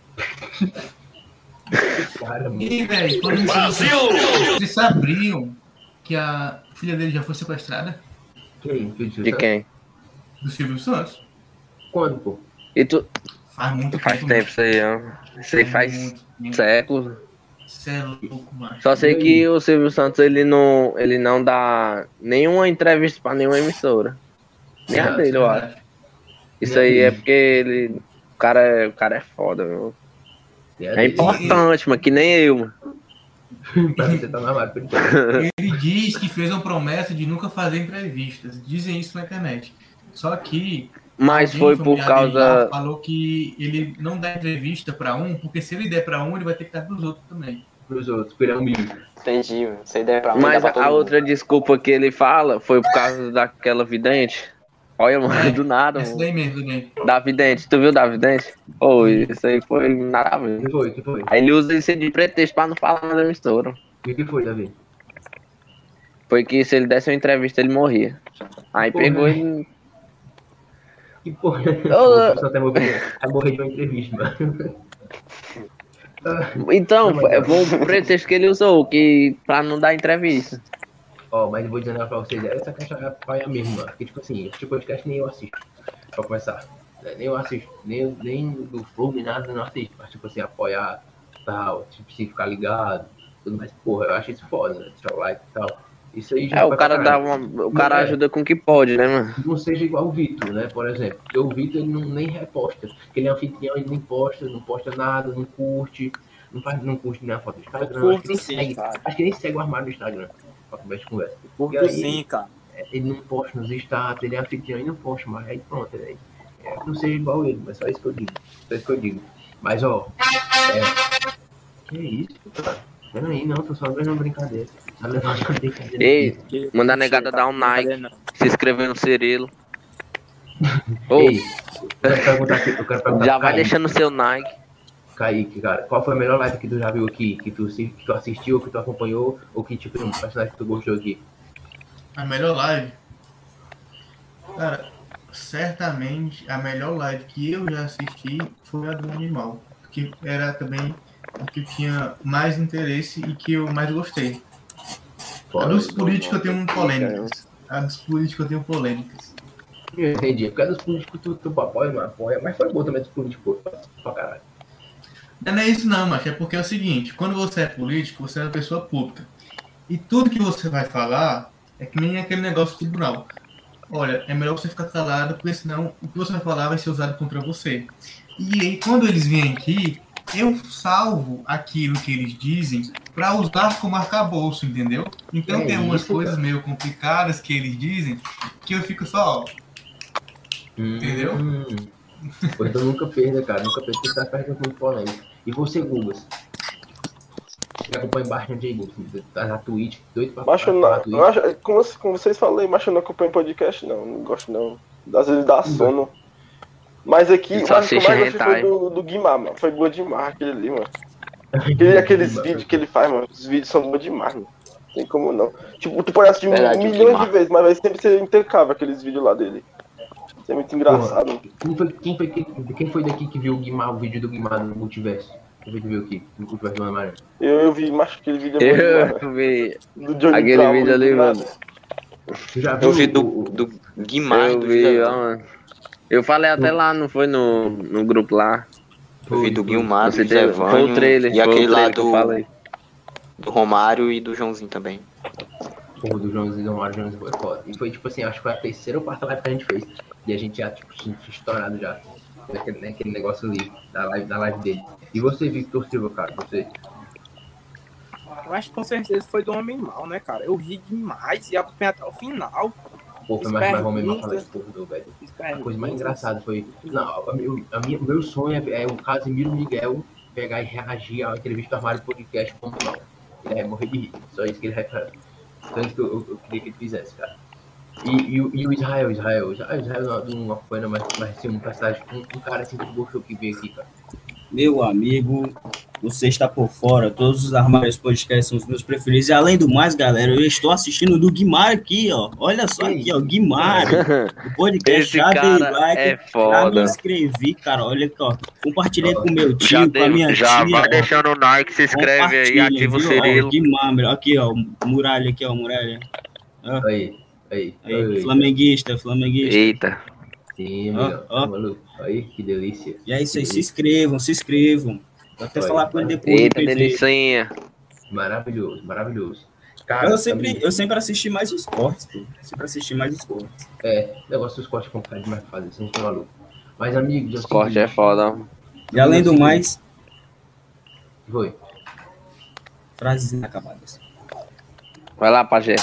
[SPEAKER 3] E, velho, quando vocês sabiam que a filha dele já foi sequestrada?
[SPEAKER 7] Quem?
[SPEAKER 8] De quem?
[SPEAKER 3] Do Silvio Santos.
[SPEAKER 7] Quando, pô?
[SPEAKER 8] E tu...
[SPEAKER 3] Faz muito
[SPEAKER 8] tempo isso aí, ó. Isso aí faz séculos.
[SPEAKER 3] Você é louco, mano.
[SPEAKER 8] Só sei que o Silvio Santos, ele não dá nenhuma entrevista pra nenhuma emissora. Nem a dele, eu acho. Isso aí é porque o cara é foda, viu? É importante, mas que nem eu, mano.
[SPEAKER 3] Ele diz que fez uma promessa de nunca fazer entrevistas. Dizem isso na internet. Só que...
[SPEAKER 8] Mas foi por causa...
[SPEAKER 3] Falou que ele não dá entrevista pra um, porque se ele der pra um, ele vai ter que dar pros outros também.
[SPEAKER 7] Pros outros, porque ele é humilde.
[SPEAKER 6] Entendi, se der pra um,
[SPEAKER 8] mas
[SPEAKER 6] dá pra todo
[SPEAKER 8] a
[SPEAKER 6] mundo.
[SPEAKER 8] outra desculpa que ele fala foi por causa daquela vidente. Olha, mano, do nada, mano.
[SPEAKER 3] Isso daí mesmo, né?
[SPEAKER 8] Da vidente, tu viu da vidente? Isso aí foi nada a ver.
[SPEAKER 7] Que foi?
[SPEAKER 8] Aí ele usa isso de pretexto pra não falar nada da mistura.
[SPEAKER 7] O que foi, Davi?
[SPEAKER 8] Foi que se ele desse uma entrevista, ele morria. Aí pegou e...
[SPEAKER 7] Que porra? O pessoal vai morrer de uma entrevista, mano.
[SPEAKER 8] Então, foi um pretexto que ele usou, pra não dar entrevista.
[SPEAKER 7] Mas eu vou dizer pra vocês, essa caixa é paia mesmo, mano. Porque, tipo assim, esse podcast nem eu assisto, pra começar. Nem eu assisto, nem do Flow, nem nada, não assisto. Mas, tipo assim, apoiar, tal, tipo assim, ficar ligado, tudo mais. Porra, eu acho isso foda, né? Deixar o like e tal. Isso aí já
[SPEAKER 8] o cara ajuda com o que pode, né, mano?
[SPEAKER 7] Não seja igual o Vitor, né, por exemplo. Porque o Vitor, ele nem reposta. Porque ele é anfitrião, ele nem posta, não posta nada, não curte. Não curte nem a foto do Instagram.
[SPEAKER 4] Curto sim, cara.
[SPEAKER 7] Acho que nem segue o armário do Instagram. Pra conversa.
[SPEAKER 4] Curto
[SPEAKER 7] aí,
[SPEAKER 4] sim, cara.
[SPEAKER 7] Ele não posta nos status, ele é anfitrião e não posta mais. Aí pronto, não seja igual ele, mas só isso que eu digo. Mas, ó... Que isso, cara? Peraí, não, tô só vendo uma brincadeira.
[SPEAKER 8] Ei, manda a negada dar um like, se inscrever no Cirilo.
[SPEAKER 7] Ei, eu quero perguntar
[SPEAKER 8] já vai deixando o seu like.
[SPEAKER 7] Kaique, cara, qual foi a melhor live que tu já viu aqui? Que tu assistiu, que tu acompanhou, ou que tipo um personagem que tu gostou aqui?
[SPEAKER 3] A melhor live? Cara, certamente a melhor live que eu já assisti foi a do Animal. Que era também a que eu tinha mais interesse e que eu mais gostei. A dos políticos eu tenho polêmicas.
[SPEAKER 7] Eu entendi, porque a dos políticos tu apoia, não apoia, mas foi bom também dos políticos pra caralho.
[SPEAKER 3] Não é isso não, mas é porque é o seguinte, quando você é político, você é uma pessoa pública. E tudo que você vai falar é que nem aquele negócio do tribunal. Olha, é melhor você ficar calado, porque senão o que você vai falar vai ser usado contra você. E aí, quando eles vêm aqui, eu salvo aquilo que eles dizem para usar como arcabouço, entendeu? Então tem umas coisas meio complicadas que eles dizem que eu fico só, ó. Entendeu?
[SPEAKER 7] Pois eu nunca perda, cara. Nunca perda, porque você tá perdendo muito polêmica. E você, Gugas? Você acompanha bastante aí, Gugas? Tá na Twitch, doido pra
[SPEAKER 5] Twitch. Como vocês falaram, mas eu não acompanho podcast, não gosto, não. Às vezes dá sono. Mas aqui, o que eu mais gostei foi do Guimar, mano. Foi boa demais aquele ali, mano. Aqueles vídeos que ele faz, mano. Os vídeos são bons demais, mano. Tem como não. Tipo, tu pode assistir milhões de vezes, mas vai sempre ser intercável aqueles vídeos lá dele. Isso é muito engraçado.
[SPEAKER 7] Quem foi daqui que viu o vídeo do Guimar no Multiverso? Quem foi que viu aqui? No Multiverso do Homem-Aranha?
[SPEAKER 5] Eu vi, mas aquele vídeo é muito bom,
[SPEAKER 8] Eu vi
[SPEAKER 5] do Johnny
[SPEAKER 8] aquele
[SPEAKER 5] Bravo,
[SPEAKER 8] vídeo ali, mano.
[SPEAKER 6] Eu vi do Guimar.
[SPEAKER 8] Eu vi, ó, mano. Eu falei até lá, não foi no grupo lá.
[SPEAKER 6] Eu vi do Guilmar, do
[SPEAKER 8] Foi
[SPEAKER 6] Zevânio
[SPEAKER 8] o trailer.
[SPEAKER 6] e aquele lá
[SPEAKER 8] que eu falei.
[SPEAKER 6] do Romário e do Joãozinho também.
[SPEAKER 7] Porra, do Joãozinho e do Romário, Joãozinho foi foda. E foi tipo assim, acho que foi a terceira ou quarta live que a gente fez. E a gente já, tipo, tinha estourado já. Naquele negócio ali, da live dele. E você, Victor Silva, cara, você?
[SPEAKER 4] Eu acho que com certeza foi do Homem Mal, né, cara? Eu ri demais e acompanhei até o final.
[SPEAKER 7] Pô, foi mais Homem Mal falar esse porra do velho. A coisa mais engraçada foi... Não, o meu sonho é o Casimiro Miguel pegar e reagir àquele vídeo do Armário Podcast com o Homem Mal. Ele vai morrer de rir. Só isso que ele vai fazer. Só isso que eu queria que ele fizesse, cara. E o Israel não acompanha, mas assim, um personagem, um cara assim que gostou que veio aqui, cara.
[SPEAKER 9] Meu amigo, você está por fora, todos os Armários Podcast são os meus preferidos. E além do mais, galera, eu estou assistindo do Guimar aqui, ó. Olha só aqui, ó, Guimar. O podcast
[SPEAKER 8] Esse
[SPEAKER 9] já dei
[SPEAKER 8] cara
[SPEAKER 9] like,
[SPEAKER 8] é
[SPEAKER 9] já
[SPEAKER 8] foda.
[SPEAKER 9] me inscrevi, cara. Olha aqui, ó. Compartilhei com meu tio, com a minha
[SPEAKER 8] Já
[SPEAKER 9] tia.
[SPEAKER 8] vai deixando o like, se inscreve aí, ativa o
[SPEAKER 9] viu?
[SPEAKER 8] sininho.
[SPEAKER 9] Ó, Guimar, meu. Aqui, ó, muralha aqui, ó, muralha. Ó.
[SPEAKER 7] Aí.
[SPEAKER 9] Flamenguista.
[SPEAKER 8] Eita.
[SPEAKER 7] Sim, melhor. Maluco. Aí, que delícia.
[SPEAKER 9] E é isso aí, se inscrevam. Vou até falar com ele depois.
[SPEAKER 8] Eita, delicinha.
[SPEAKER 7] Maravilhoso. Cara,
[SPEAKER 9] Eu sempre assisti mais os cortes, pô.
[SPEAKER 7] Negócio dos cortes é complicado demais pra fazer, sem ser maluco. Mas, amigos...
[SPEAKER 8] Os cortes é foda.
[SPEAKER 9] E além do mais...
[SPEAKER 7] Foi.
[SPEAKER 9] Frases inacabadas.
[SPEAKER 8] Vai lá, pajé.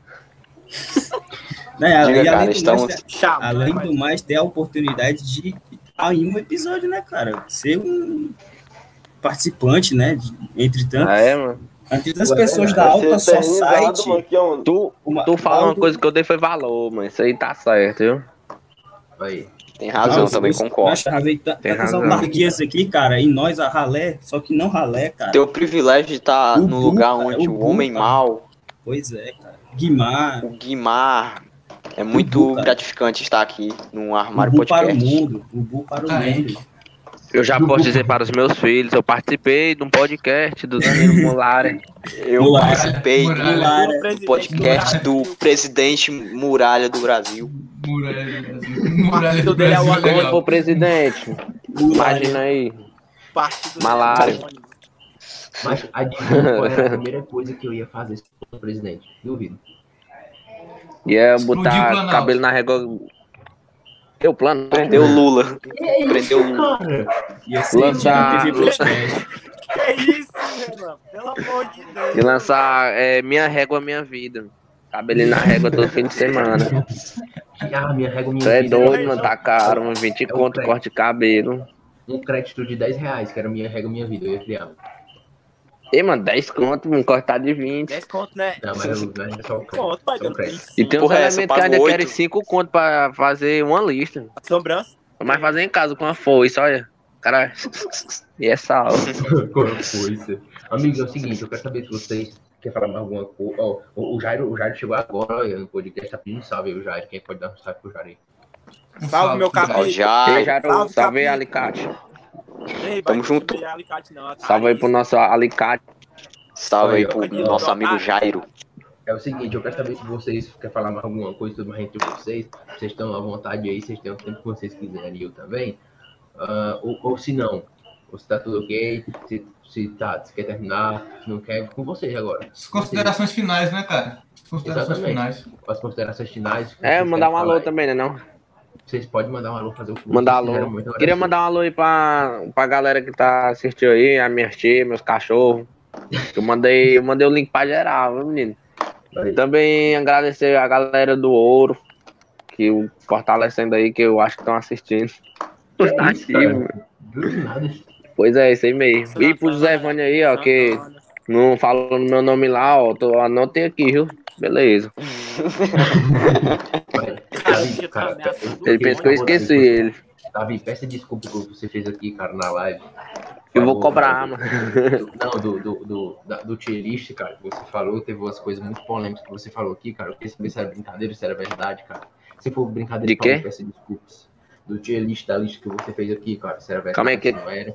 [SPEAKER 9] Além do mais, ter a oportunidade de estar em um episódio, né, cara? Ser um participante, né? Entre tantas pessoas da alta society.
[SPEAKER 8] Tu fala uma coisa que eu dei foi valor, mas isso aí tá certo, viu?
[SPEAKER 6] Aí. Tem razão, também concordo.
[SPEAKER 9] Tem razão. Autarquias aqui, cara, e nós a ralé, só que não ralé, cara.
[SPEAKER 6] Tem o privilégio de estar no lugar onde o Homem Mal...
[SPEAKER 9] Pois é, cara. Guimar.
[SPEAKER 6] O Guimar... É muito gratificante estar aqui no Armário Podcast.
[SPEAKER 9] O Bu para o mundo.
[SPEAKER 8] Eu já posso dizer para os meus filhos, eu participei de um podcast do Danilo Mulari.
[SPEAKER 6] Eu participei do podcast do presidente Muralha do Brasil.
[SPEAKER 8] Muralha do Brasil. Como o presidente? Imagina aí. Malária.
[SPEAKER 7] Mas adivinha qual era a primeira coisa que eu ia fazer se fosse o presidente? Duvido.
[SPEAKER 8] Ia botar cabelo na régua. Deu plano.
[SPEAKER 6] Prendeu o Lula. Prendeu o Lula.
[SPEAKER 8] Lançar.
[SPEAKER 4] Que isso, Renan? Pelo amor de Deus.
[SPEAKER 8] E lançar Minha Régua, Minha Vida. Cabelinho na régua todo fim de semana.
[SPEAKER 7] Minha régua, minha
[SPEAKER 8] vida. Você é
[SPEAKER 7] vida.
[SPEAKER 8] doido, mano. Tá caro. Uns 20 conto, corte de cabelo.
[SPEAKER 7] Um crédito de R$10, que era Minha Régua, Minha Vida. Eu ia criar.
[SPEAKER 8] Ei, mano, 10 conto, um cortar de 20.
[SPEAKER 4] 10 conto, né?
[SPEAKER 7] Não, mas é só o crédito.
[SPEAKER 8] E tem uns elementos que ainda querem 5 conto pra fazer uma lista.
[SPEAKER 4] Sobrança.
[SPEAKER 8] Mas fazer em casa com uma foice, olha. Cara, e é sal.
[SPEAKER 7] Amigos, é o seguinte, eu quero saber se vocês querem falar mais alguma coisa. Oh, o Jairo chegou agora, olha, no podcast, tá pedindo salve aí, o Jairo. Quem pode dar um salve pro Jairo aí?
[SPEAKER 4] Salve, meu cabelo.
[SPEAKER 8] Salve aí, Alicate.
[SPEAKER 6] Ei, tamo junto.
[SPEAKER 8] Salve aí pro nosso Alicate.
[SPEAKER 6] Salve aí pro nosso amigo Jairo.
[SPEAKER 7] É o seguinte, eu quero saber se vocês querem falar mais alguma coisa sobre entre vocês. Vocês estão à vontade aí, vocês têm o tempo que vocês quiserem, eu também. Ou se não, ou se tá tudo ok, se quer terminar, se não quer, com vocês agora.
[SPEAKER 3] As considerações finais, né, cara?
[SPEAKER 7] As considerações finais.
[SPEAKER 8] Mandar um alô também, né, não?
[SPEAKER 7] Vocês podem mandar um alô, fazer o que
[SPEAKER 8] mandar alô. Queria mandar um alô aí pra galera que tá assistindo aí, a minha tia, meus cachorros. Eu mandei o link pra geral, viu, menino? Aí. Também agradecer a galera do Ouro, que fortalecendo aí, que eu acho que estão assistindo. Pois é, isso aí mesmo. E pro José Vânia aí, ó, que não falou no meu nome lá, ó, anotei aqui, viu? Beleza. Ele pensa que eu esqueci ele.
[SPEAKER 7] Davi, peça desculpa que você fez aqui, cara, na live.
[SPEAKER 8] Eu vou cobrar, mano.
[SPEAKER 7] Não, do tier list, cara, que você falou, teve umas coisas muito polêmicas que você falou aqui, cara. Eu queria saber se era brincadeira, se era verdade, cara. Se for brincadeira,
[SPEAKER 8] De quê?
[SPEAKER 7] peço desculpas. Do tier list, da lista que você fez aqui, cara, se era verdade,
[SPEAKER 8] Calma aí que-
[SPEAKER 7] se não era.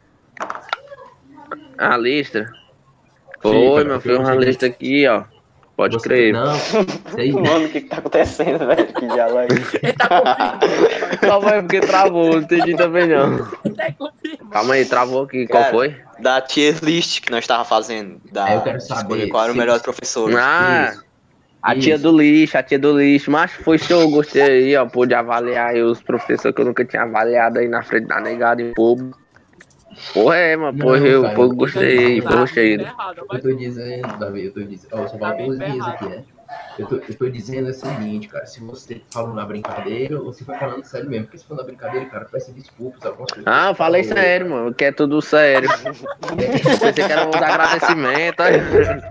[SPEAKER 8] A lista.
[SPEAKER 7] Sim,
[SPEAKER 8] Foi,
[SPEAKER 7] cara,
[SPEAKER 8] meu
[SPEAKER 7] porque
[SPEAKER 8] filho, uma
[SPEAKER 7] você-
[SPEAKER 8] lista aqui, ó. Pode
[SPEAKER 7] Você-
[SPEAKER 8] crer.
[SPEAKER 7] Não, sei.
[SPEAKER 6] Mano, o que tá acontecendo, velho? Que diabo é isso?
[SPEAKER 4] Ele tá confirmando.
[SPEAKER 8] Calma aí, porque travou, não entendi também não.
[SPEAKER 4] Ele tá confirmando.
[SPEAKER 8] Calma aí, travou aqui. Qual
[SPEAKER 6] Cara,
[SPEAKER 8] foi?
[SPEAKER 6] Da tier list que nós tava fazendo.
[SPEAKER 7] Eu quero
[SPEAKER 6] De
[SPEAKER 7] saber
[SPEAKER 6] escolher qual era o
[SPEAKER 7] se-
[SPEAKER 6] melhor professor.
[SPEAKER 8] Ah,
[SPEAKER 7] Isso.
[SPEAKER 8] a tia do lixo. Mas foi show, gostei aí, ó. Pude avaliar aí os professores que eu nunca tinha avaliado aí na frente da negada em público. Porra, mano,
[SPEAKER 7] Não,
[SPEAKER 8] porra, eu
[SPEAKER 7] cara,
[SPEAKER 8] gostei,
[SPEAKER 7] tá
[SPEAKER 8] gostei.
[SPEAKER 7] Eu tô dizendo, Davi, eu tô dizendo. Ó, só faltam 2 dias aqui, né? Eu tô dizendo o seguinte, cara, se você falou na brincadeira ou se foi falando sério mesmo, porque se for na brincadeira, cara, peça desculpas, algumas coisas.
[SPEAKER 8] Ah, eu falei sério, mano, que é tudo sério. Eu pensei que era uns agradecimentos. Aí.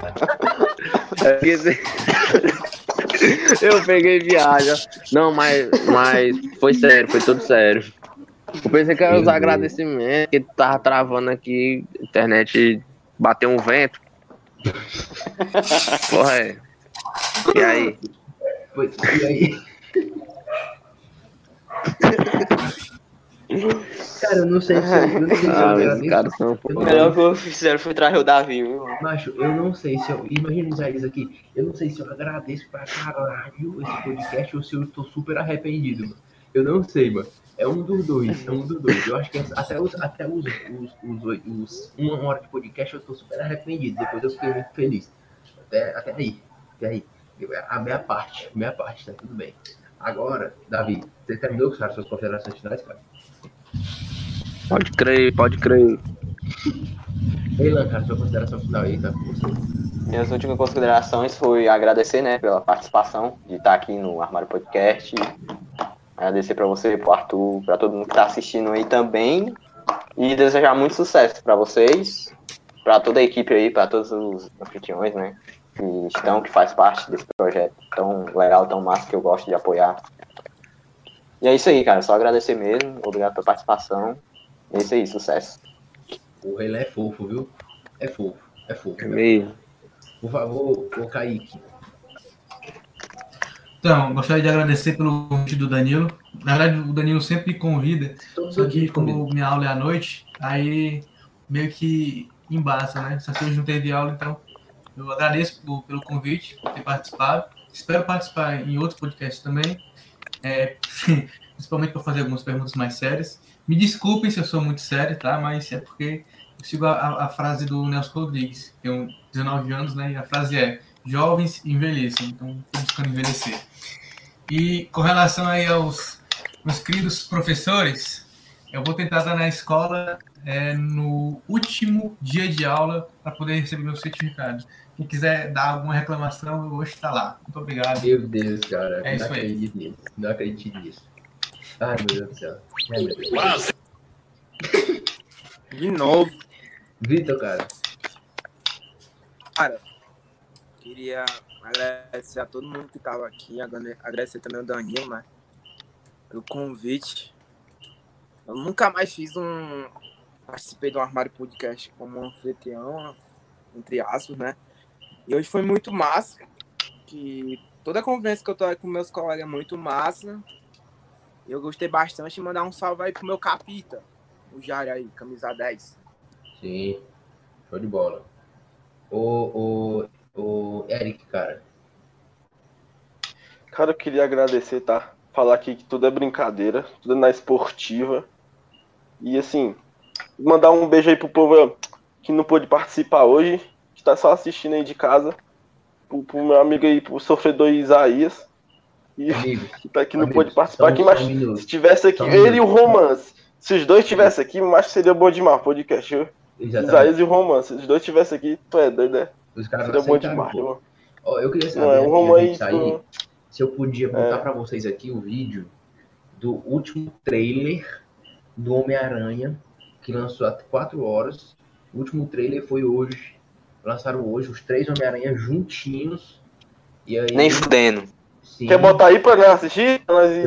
[SPEAKER 8] Eu peguei viagem. Não, mas foi sério, foi tudo sério. Eu pensei que era os agradecimentos, que tava travando aqui, a internet bateu um vento. Porra, é. E aí?
[SPEAKER 7] E aí? Cara, eu não sei se
[SPEAKER 8] Os caras são.
[SPEAKER 6] O melhor que eu fizeram foi trazer o Davi, viu?
[SPEAKER 7] Macho, eu não sei se eu. Imagina o Isaías aqui. Eu não sei se eu agradeço pra caralho esse podcast ou se eu tô super arrependido, mano. Eu não sei, mano. É um dos dois. Eu acho que até os 1 hora de podcast eu tô super arrependido. Depois eu fiquei muito feliz. Até aí. A minha parte, tá tudo bem. Agora, Davi, você terminou com as suas considerações finais, cara?
[SPEAKER 8] Pode crer.
[SPEAKER 7] Ei, Lan, cara, sua consideração final aí, tá com você.
[SPEAKER 6] Minhas últimas considerações foi agradecer, né, pela participação, de estar aqui no Armário Podcast. Agradecer pra você, pro Arthur, pra todo mundo que tá assistindo aí também. E desejar muito sucesso pra vocês, pra toda a equipe aí, pra todos os anfitriões, né, que faz parte desse projeto tão legal, tão massa que eu gosto de apoiar. E é isso aí, cara, só agradecer mesmo, obrigado pela participação. É isso aí, sucesso.
[SPEAKER 7] Porra, ele é fofo, viu? É fofo.
[SPEAKER 8] É mesmo.
[SPEAKER 7] Por favor, ô Kaique.
[SPEAKER 3] Então, gostaria de agradecer pelo convite do Danilo. Na verdade, o Danilo sempre me convida, só que como minha aula é à noite, aí meio que embaça, né? Só que hoje não teve aula, então eu agradeço pelo convite, por ter participado. Espero participar em outros podcasts também, principalmente para fazer algumas perguntas mais sérias. Me desculpem se eu sou muito sério, tá? Mas é porque eu sigo a frase do Nelson Rodrigues, que tem 19 anos, né? E a frase é: jovens envelheçam, então estou buscando envelhecer. E com relação aí aos meus queridos professores, eu vou tentar estar na escola no último dia de aula para poder receber meu certificado. Quem quiser dar alguma reclamação, eu vou estar lá. Muito obrigado.
[SPEAKER 7] Meu Deus, cara.
[SPEAKER 3] É isso aí.
[SPEAKER 7] Não acredito nisso. Ai, meu Deus do céu. Ai, meu Deus.
[SPEAKER 4] De novo.
[SPEAKER 7] Vitor, cara.
[SPEAKER 4] Cara, queria agradecer a todo mundo que estava aqui, agradecer também ao Danilo, né, pelo convite. Eu nunca mais participei do Armário Podcast como anfitrião, entre aspas, né? E hoje foi muito massa, que toda a conversa que eu tô aí com meus colegas é muito massa. Eu gostei bastante de mandar um salve aí pro meu capita, o Jair aí, camisa 10.
[SPEAKER 7] Sim, show de bola. O Eric, cara.
[SPEAKER 5] Cara, eu queria agradecer, tá? Falar aqui que tudo é brincadeira, tudo é na esportiva. E assim, mandar um beijo aí pro povo que não pôde participar hoje, que tá só assistindo aí de casa. Pro meu amigo aí, pro sofredor Isaías. E que tá aqui não pôde participar aqui, mas se tivesse aqui, ele e o Romance. Se os dois estivessem aqui, mas seria bom demais o podcast, viu? Isaías e o Romance. Se os dois estivessem aqui, tu é doido, né?
[SPEAKER 7] Os caras
[SPEAKER 5] seria bom demais, irmão.
[SPEAKER 7] Eu queria saber,
[SPEAKER 5] Não, o Romance,
[SPEAKER 7] se eu podia botar pra vocês aqui o vídeo do último trailer do Homem-Aranha, que lançou há 4 horas. O último trailer foi hoje. Lançaram hoje os 3 Homem-Aranha juntinhos. E aí,
[SPEAKER 6] nem fudendo.
[SPEAKER 5] Sim. Quer botar aí pra nós assistir?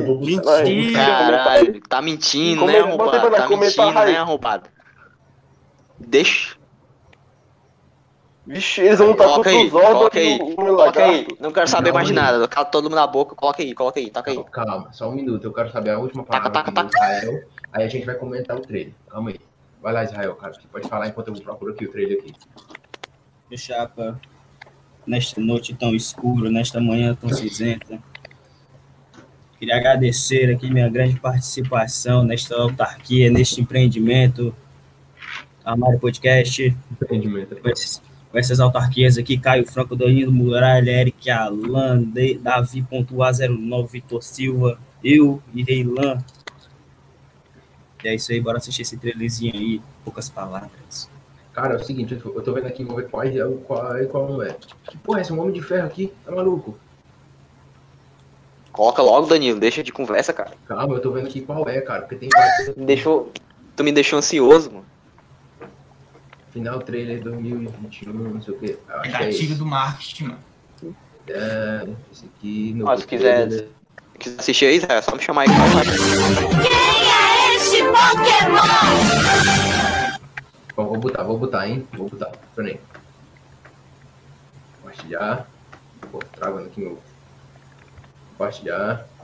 [SPEAKER 6] Mentira! Caralho, tá mentindo, né, arrombado? Tá mentindo, né, arrombado?
[SPEAKER 8] Deixa.
[SPEAKER 5] Vixe, eles vão lutar contra os
[SPEAKER 8] Coloca aí.
[SPEAKER 5] órgãos
[SPEAKER 8] Coloca aí. Não quero saber mais de nada. Cala todo mundo na boca. Coloca aí, taca aí.
[SPEAKER 2] Calma, só um minuto. Eu quero saber a última palavra
[SPEAKER 8] Taca.
[SPEAKER 2] do Israel. Aí a gente vai comentar o trailer. Calma aí. Vai lá, Israel, cara. Você pode falar enquanto eu procuro aqui o trailer aqui.
[SPEAKER 9] Meu chapa, nesta noite tão escura, nesta manhã tão cinzenta, queria agradecer aqui minha grande participação nesta autarquia, neste empreendimento, Armário Podcast.
[SPEAKER 2] Empreendimento.
[SPEAKER 9] Com essas autarquias aqui, Caio Franco, Danilo Muralha, Eric Alan, Davi.A09, Vitor Silva, eu e Reilan. E é isso aí, bora assistir esse trailerzinho aí, poucas palavras.
[SPEAKER 2] Cara, é o seguinte, eu tô vendo aqui, vamos ver qual é qual não é. Que porra é esse? Um Homem de Ferro aqui? Tá maluco?
[SPEAKER 8] Coloca logo, Danilo. Deixa de conversa, cara.
[SPEAKER 2] Calma, eu tô vendo aqui qual é, cara, porque tem vários.
[SPEAKER 8] Tu me deixou ansioso, mano.
[SPEAKER 2] Final trailer 2021, não sei o que.
[SPEAKER 3] É gatilho do marketing, mano.
[SPEAKER 2] Esse aqui...
[SPEAKER 8] Ó, se quiser assistir aí, é só me chamar aí.
[SPEAKER 10] Quem é esse Pokémon?
[SPEAKER 2] Bom, vou botar, hein? Vou botar. Pera aí. Compartilhar. Pô, travando aqui meu... Compartilhar.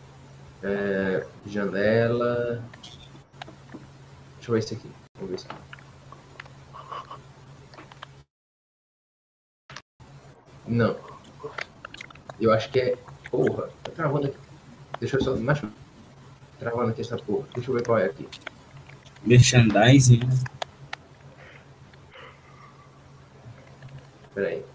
[SPEAKER 2] Janela. Deixa eu ver esse aqui. Vamos ver esse aqui. Não. Eu acho que é... Porra. Tá travando aqui. Deixa eu só... Macho. Travando aqui essa porra. Deixa eu ver qual é aqui.
[SPEAKER 9] Merchandising.
[SPEAKER 2] Pera aí.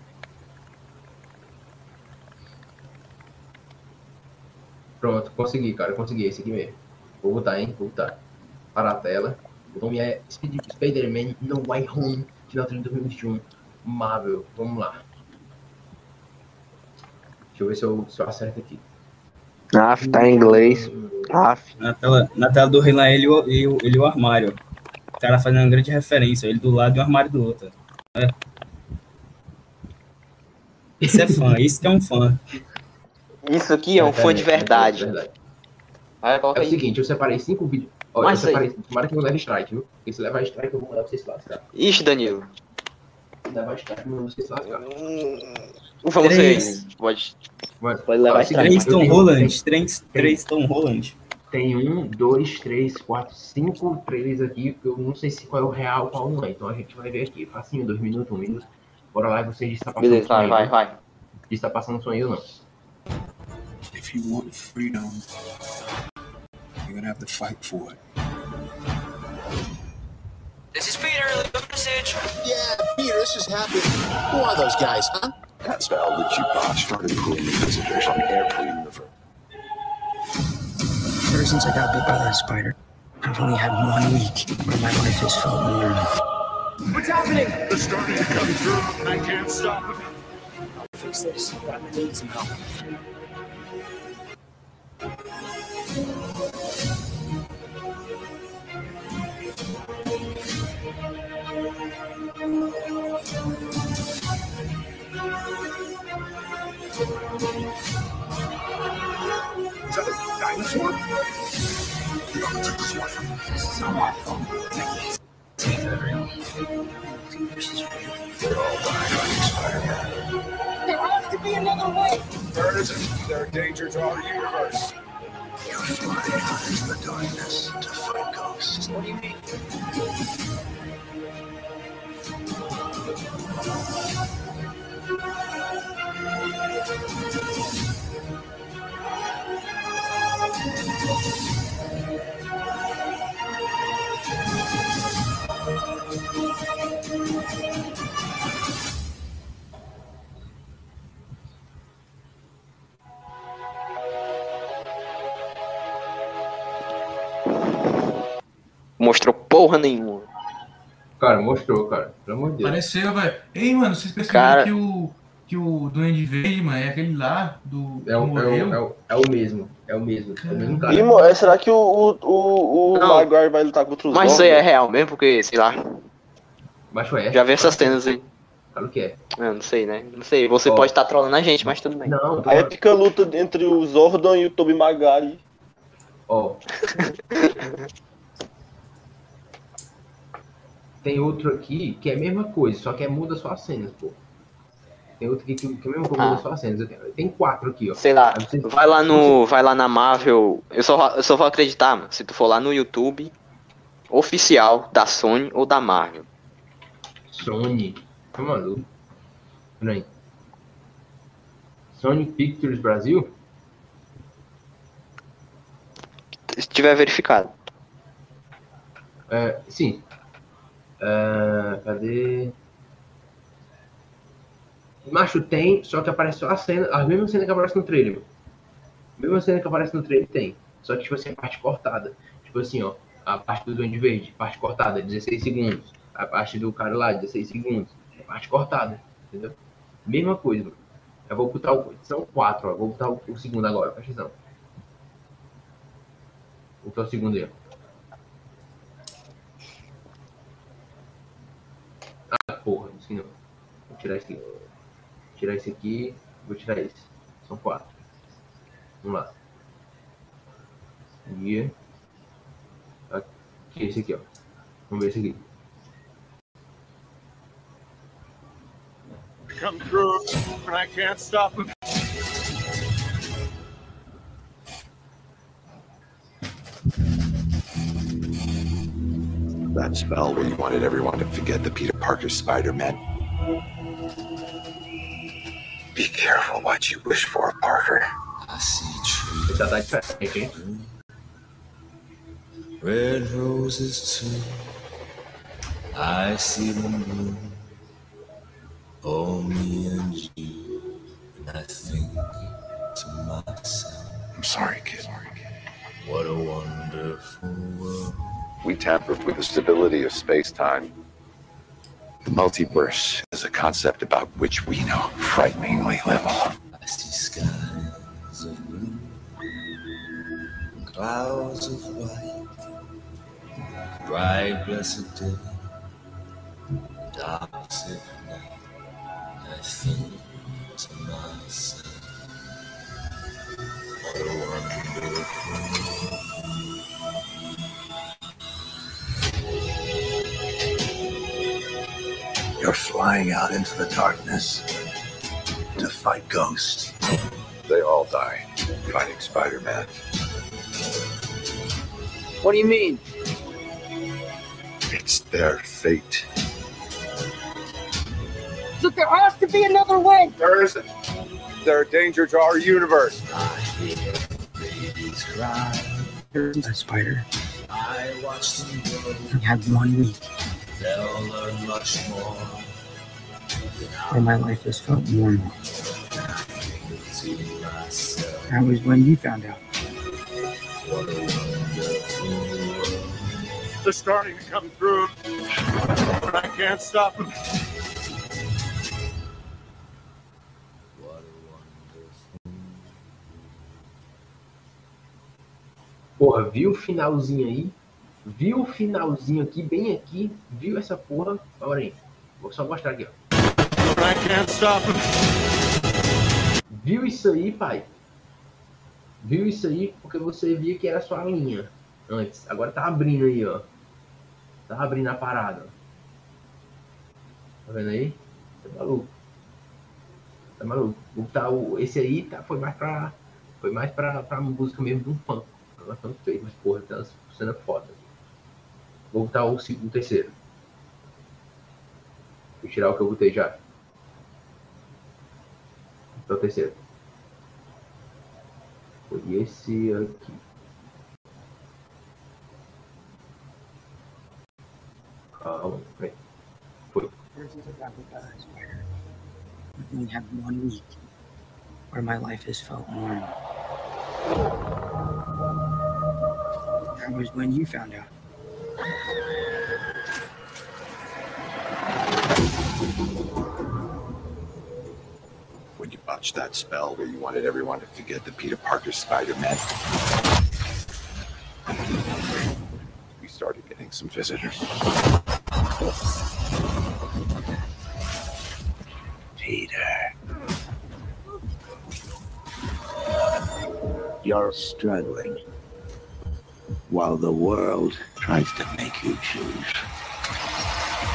[SPEAKER 2] Pronto, consegui, cara. Consegui esse aqui mesmo. Vou botar, hein? Vou botar. Para a tela. O nome é Spider-Man No Way Home. Final de 2021. Marvel. Vamos lá. Deixa eu ver se eu acerto aqui.
[SPEAKER 8] Tá em inglês.
[SPEAKER 9] Na tela do Reilan, ele e o armário. O cara fazendo uma grande referência. Ele do lado e o armário do outro. Isso é fã, isso que é um fã.
[SPEAKER 8] Isso aqui é um fã de verdade.
[SPEAKER 2] É o seguinte, eu separei 5 vídeos. Olha, eu separei. Tomara que não leve strike, viu? Porque se levar strike, eu vou mandar pra vocês lascar.
[SPEAKER 8] Ixi, Danilo.
[SPEAKER 2] Se levar strike, eu vou mandar pra vocês lascar.
[SPEAKER 8] Vamos aí. Pode levar strike.
[SPEAKER 9] 3 Tom Holland. 3 Tom Holland.
[SPEAKER 2] Tem 1, 2, 3, 4, 5 trailers aqui, que eu não sei se qual é o real, qual não é. Então a gente vai ver aqui. Facinho, 2 minutos, 1 minuto. Bora lá e vocês dizem se tá passando
[SPEAKER 8] beleza,
[SPEAKER 2] sonho.
[SPEAKER 8] vai.
[SPEAKER 2] Diz se tá passando sonho ou não.
[SPEAKER 11] If you want freedom, you're gonna have to fight for it.
[SPEAKER 12] This is Peter, leave a message.
[SPEAKER 11] Yeah, Peter, this is happening. Who are those guys, huh?
[SPEAKER 13] That's how Richie Boss started putting visitors on every universe.
[SPEAKER 14] Ever since I got bit by that spider, I've only had 1 week where my life has felt normal.
[SPEAKER 12] What's happening?
[SPEAKER 13] They're starting to come through. I can't stop them.
[SPEAKER 14] I'll fix this, but I'm gonna need some help.
[SPEAKER 13] Is that a dinosaur? You gotta take this away from me.
[SPEAKER 14] This is not my fault. Take that real. This is real.
[SPEAKER 13] They're all dying on you, Spider-Man.
[SPEAKER 12] There has to be another way.
[SPEAKER 13] There isn't. They're a danger to our universe.
[SPEAKER 14] You're flying out into the darkness to fight ghosts.
[SPEAKER 12] What do you mean?
[SPEAKER 8] Mostrou porra nenhuma.
[SPEAKER 2] Cara, mostrou, cara. Pelo amor de Deus.
[SPEAKER 3] Pareceu, velho. Ei, mano, vocês perceberam
[SPEAKER 8] Cara...
[SPEAKER 3] que o Duende Verde, mano, é aquele lá do.
[SPEAKER 2] É o mesmo. É o mesmo cara.
[SPEAKER 5] E, mano, será que o Maguire vai lutar contra os
[SPEAKER 8] Mas isso aí é real mesmo, porque, sei lá.
[SPEAKER 2] Mas é.
[SPEAKER 8] Já vi essas cenas aí.
[SPEAKER 2] Claro que é.
[SPEAKER 8] Eu não sei, né? Não sei. Você pode estar trolando a gente, mas tudo bem.
[SPEAKER 2] Não,
[SPEAKER 5] a épica luta entre o Zordon e o Tobey Maguire.
[SPEAKER 2] Tem outro aqui que é a mesma coisa, só que muda só as cenas, pô. Tem outro aqui que é a mesma coisa, muda só as cenas. Tem 4 aqui, ó.
[SPEAKER 6] Sei lá, vai lá na Marvel. Eu só vou acreditar, mano, se tu for lá no YouTube oficial da Sony ou da Marvel.
[SPEAKER 2] Sony? Tá maluco? Peraí. Sony Pictures Brasil?
[SPEAKER 6] Se tiver verificado.
[SPEAKER 2] Sim. Cadê? Macho, tem, só que aparece só a mesma cena que aparece no trailer, mano. A mesma cena que aparece no trailer tem. Só que, tipo assim, a parte cortada. Tipo assim, ó. A parte do Duende Verde, parte cortada, 16 segundos. A parte do cara lá, 16 segundos. A parte cortada, entendeu? Mesma coisa, mano. Eu vou botar são 4, ó. Vou botar o segundo agora, presta atenção. Vou botar o segundo aí, ó. Porra, isso aqui não. Vou tirar esse aqui. Vou tirar esse aqui. Vou tirar esse. São 4. Vamos lá. E aqui, esse aqui, ó. Vamos ver esse aqui.
[SPEAKER 13] Come through, and I can't stop him.
[SPEAKER 11] That spell where you wanted everyone to forget the Peter Parker Spider-Man. Be careful what you wish for, Parker.
[SPEAKER 15] I see trees. Red roses too. I see them bloom. Oh, me and you. And I think to myself.
[SPEAKER 11] I'm sorry, kid.
[SPEAKER 15] What a wonderful world.
[SPEAKER 11] We tampered with the stability of space-time. The multiverse is a concept about which we know frighteningly little.
[SPEAKER 15] I see skies of blue, clouds of white, bright blessed day, dark sick night. I think to myself, what a wonderful world.
[SPEAKER 11] You're flying out into the darkness to fight ghosts. They all die fighting Spider-Man.
[SPEAKER 12] What do you mean?
[SPEAKER 11] It's their fate.
[SPEAKER 12] Look, there has to be another way.
[SPEAKER 13] There isn't. They're a danger to our universe.
[SPEAKER 15] I hear babies cry.
[SPEAKER 14] A spider.
[SPEAKER 15] I watch them grow.
[SPEAKER 14] I had 1 week
[SPEAKER 15] They'll learn much more.
[SPEAKER 14] where my life has felt normal. That was when you found out.
[SPEAKER 13] They're starting to come through, but I can't stop them.
[SPEAKER 2] Porra, viu o finalzinho aí? Viu o finalzinho aqui, bem aqui? Viu essa porra? Olha aí. Vou só mostrar aqui, ó.
[SPEAKER 13] I can't stop him.
[SPEAKER 2] Viu isso aí, pai? Viu isso aí porque você via que era sua linha antes. Agora tá abrindo aí, ó. Tá abrindo a parada. Tá vendo aí? Tá maluco. Tá maluco. Esse aí foi mais pra música mesmo de um funk. Não é funk feio, mas porra, tá uma cena foda. Vou botar o terceiro. Vou tirar o que eu botei já. Então o terceiro. Foi esse aqui. Calma, peraí. Foi.
[SPEAKER 14] We have 1 week where my life has felt normal. That was when you found out.
[SPEAKER 11] When you botched that spell where you wanted everyone to forget the Peter Parker Spider-Man. We started getting some visitors.
[SPEAKER 14] Peter. You're struggling while the world tries to make you choose.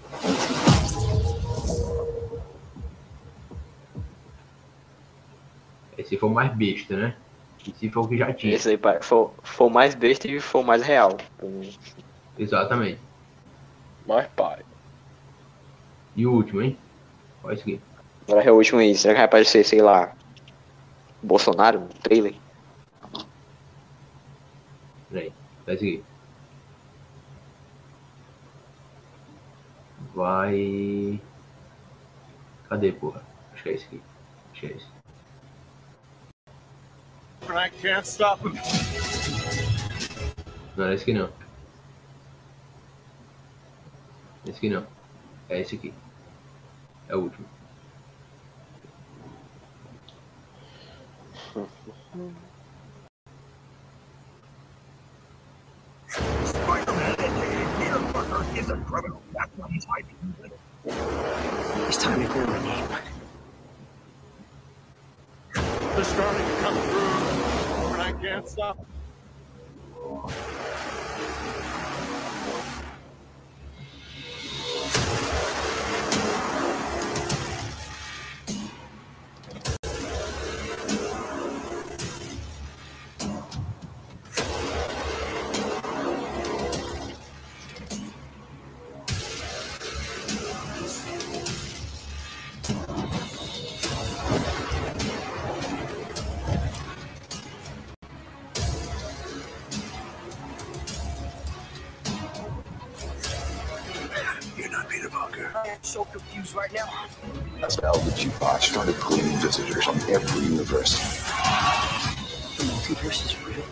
[SPEAKER 2] Esse foi o mais besta, né? Esse foi o que já tinha.
[SPEAKER 6] Esse aí foi o mais besta e foi o mais real.
[SPEAKER 2] Exatamente.
[SPEAKER 5] Mais pai.
[SPEAKER 2] E o último, hein? Olha isso aqui.
[SPEAKER 6] Agora é o último aí. Será que vai aparecer, sei lá, Bolsonaro no trailer?
[SPEAKER 2] Peraí. Olha isso aqui. Vai... Cadê, porra? Acho que é esse aqui. Acho que é esse.
[SPEAKER 13] I can't stop him.
[SPEAKER 2] Não é esse aqui não. Esse aqui não. É esse aqui. É o último.
[SPEAKER 13] Spider-Man, Peter Parker is a criminal. That's what he's hiding.
[SPEAKER 14] It's time to clear my name.
[SPEAKER 13] They're starting to come through, and I can't stop them.
[SPEAKER 11] You're not Peter Parker.
[SPEAKER 12] I am so confused right now.
[SPEAKER 11] That's how the G-Bot started pulling visitors from every universe.
[SPEAKER 14] The multiverse is real.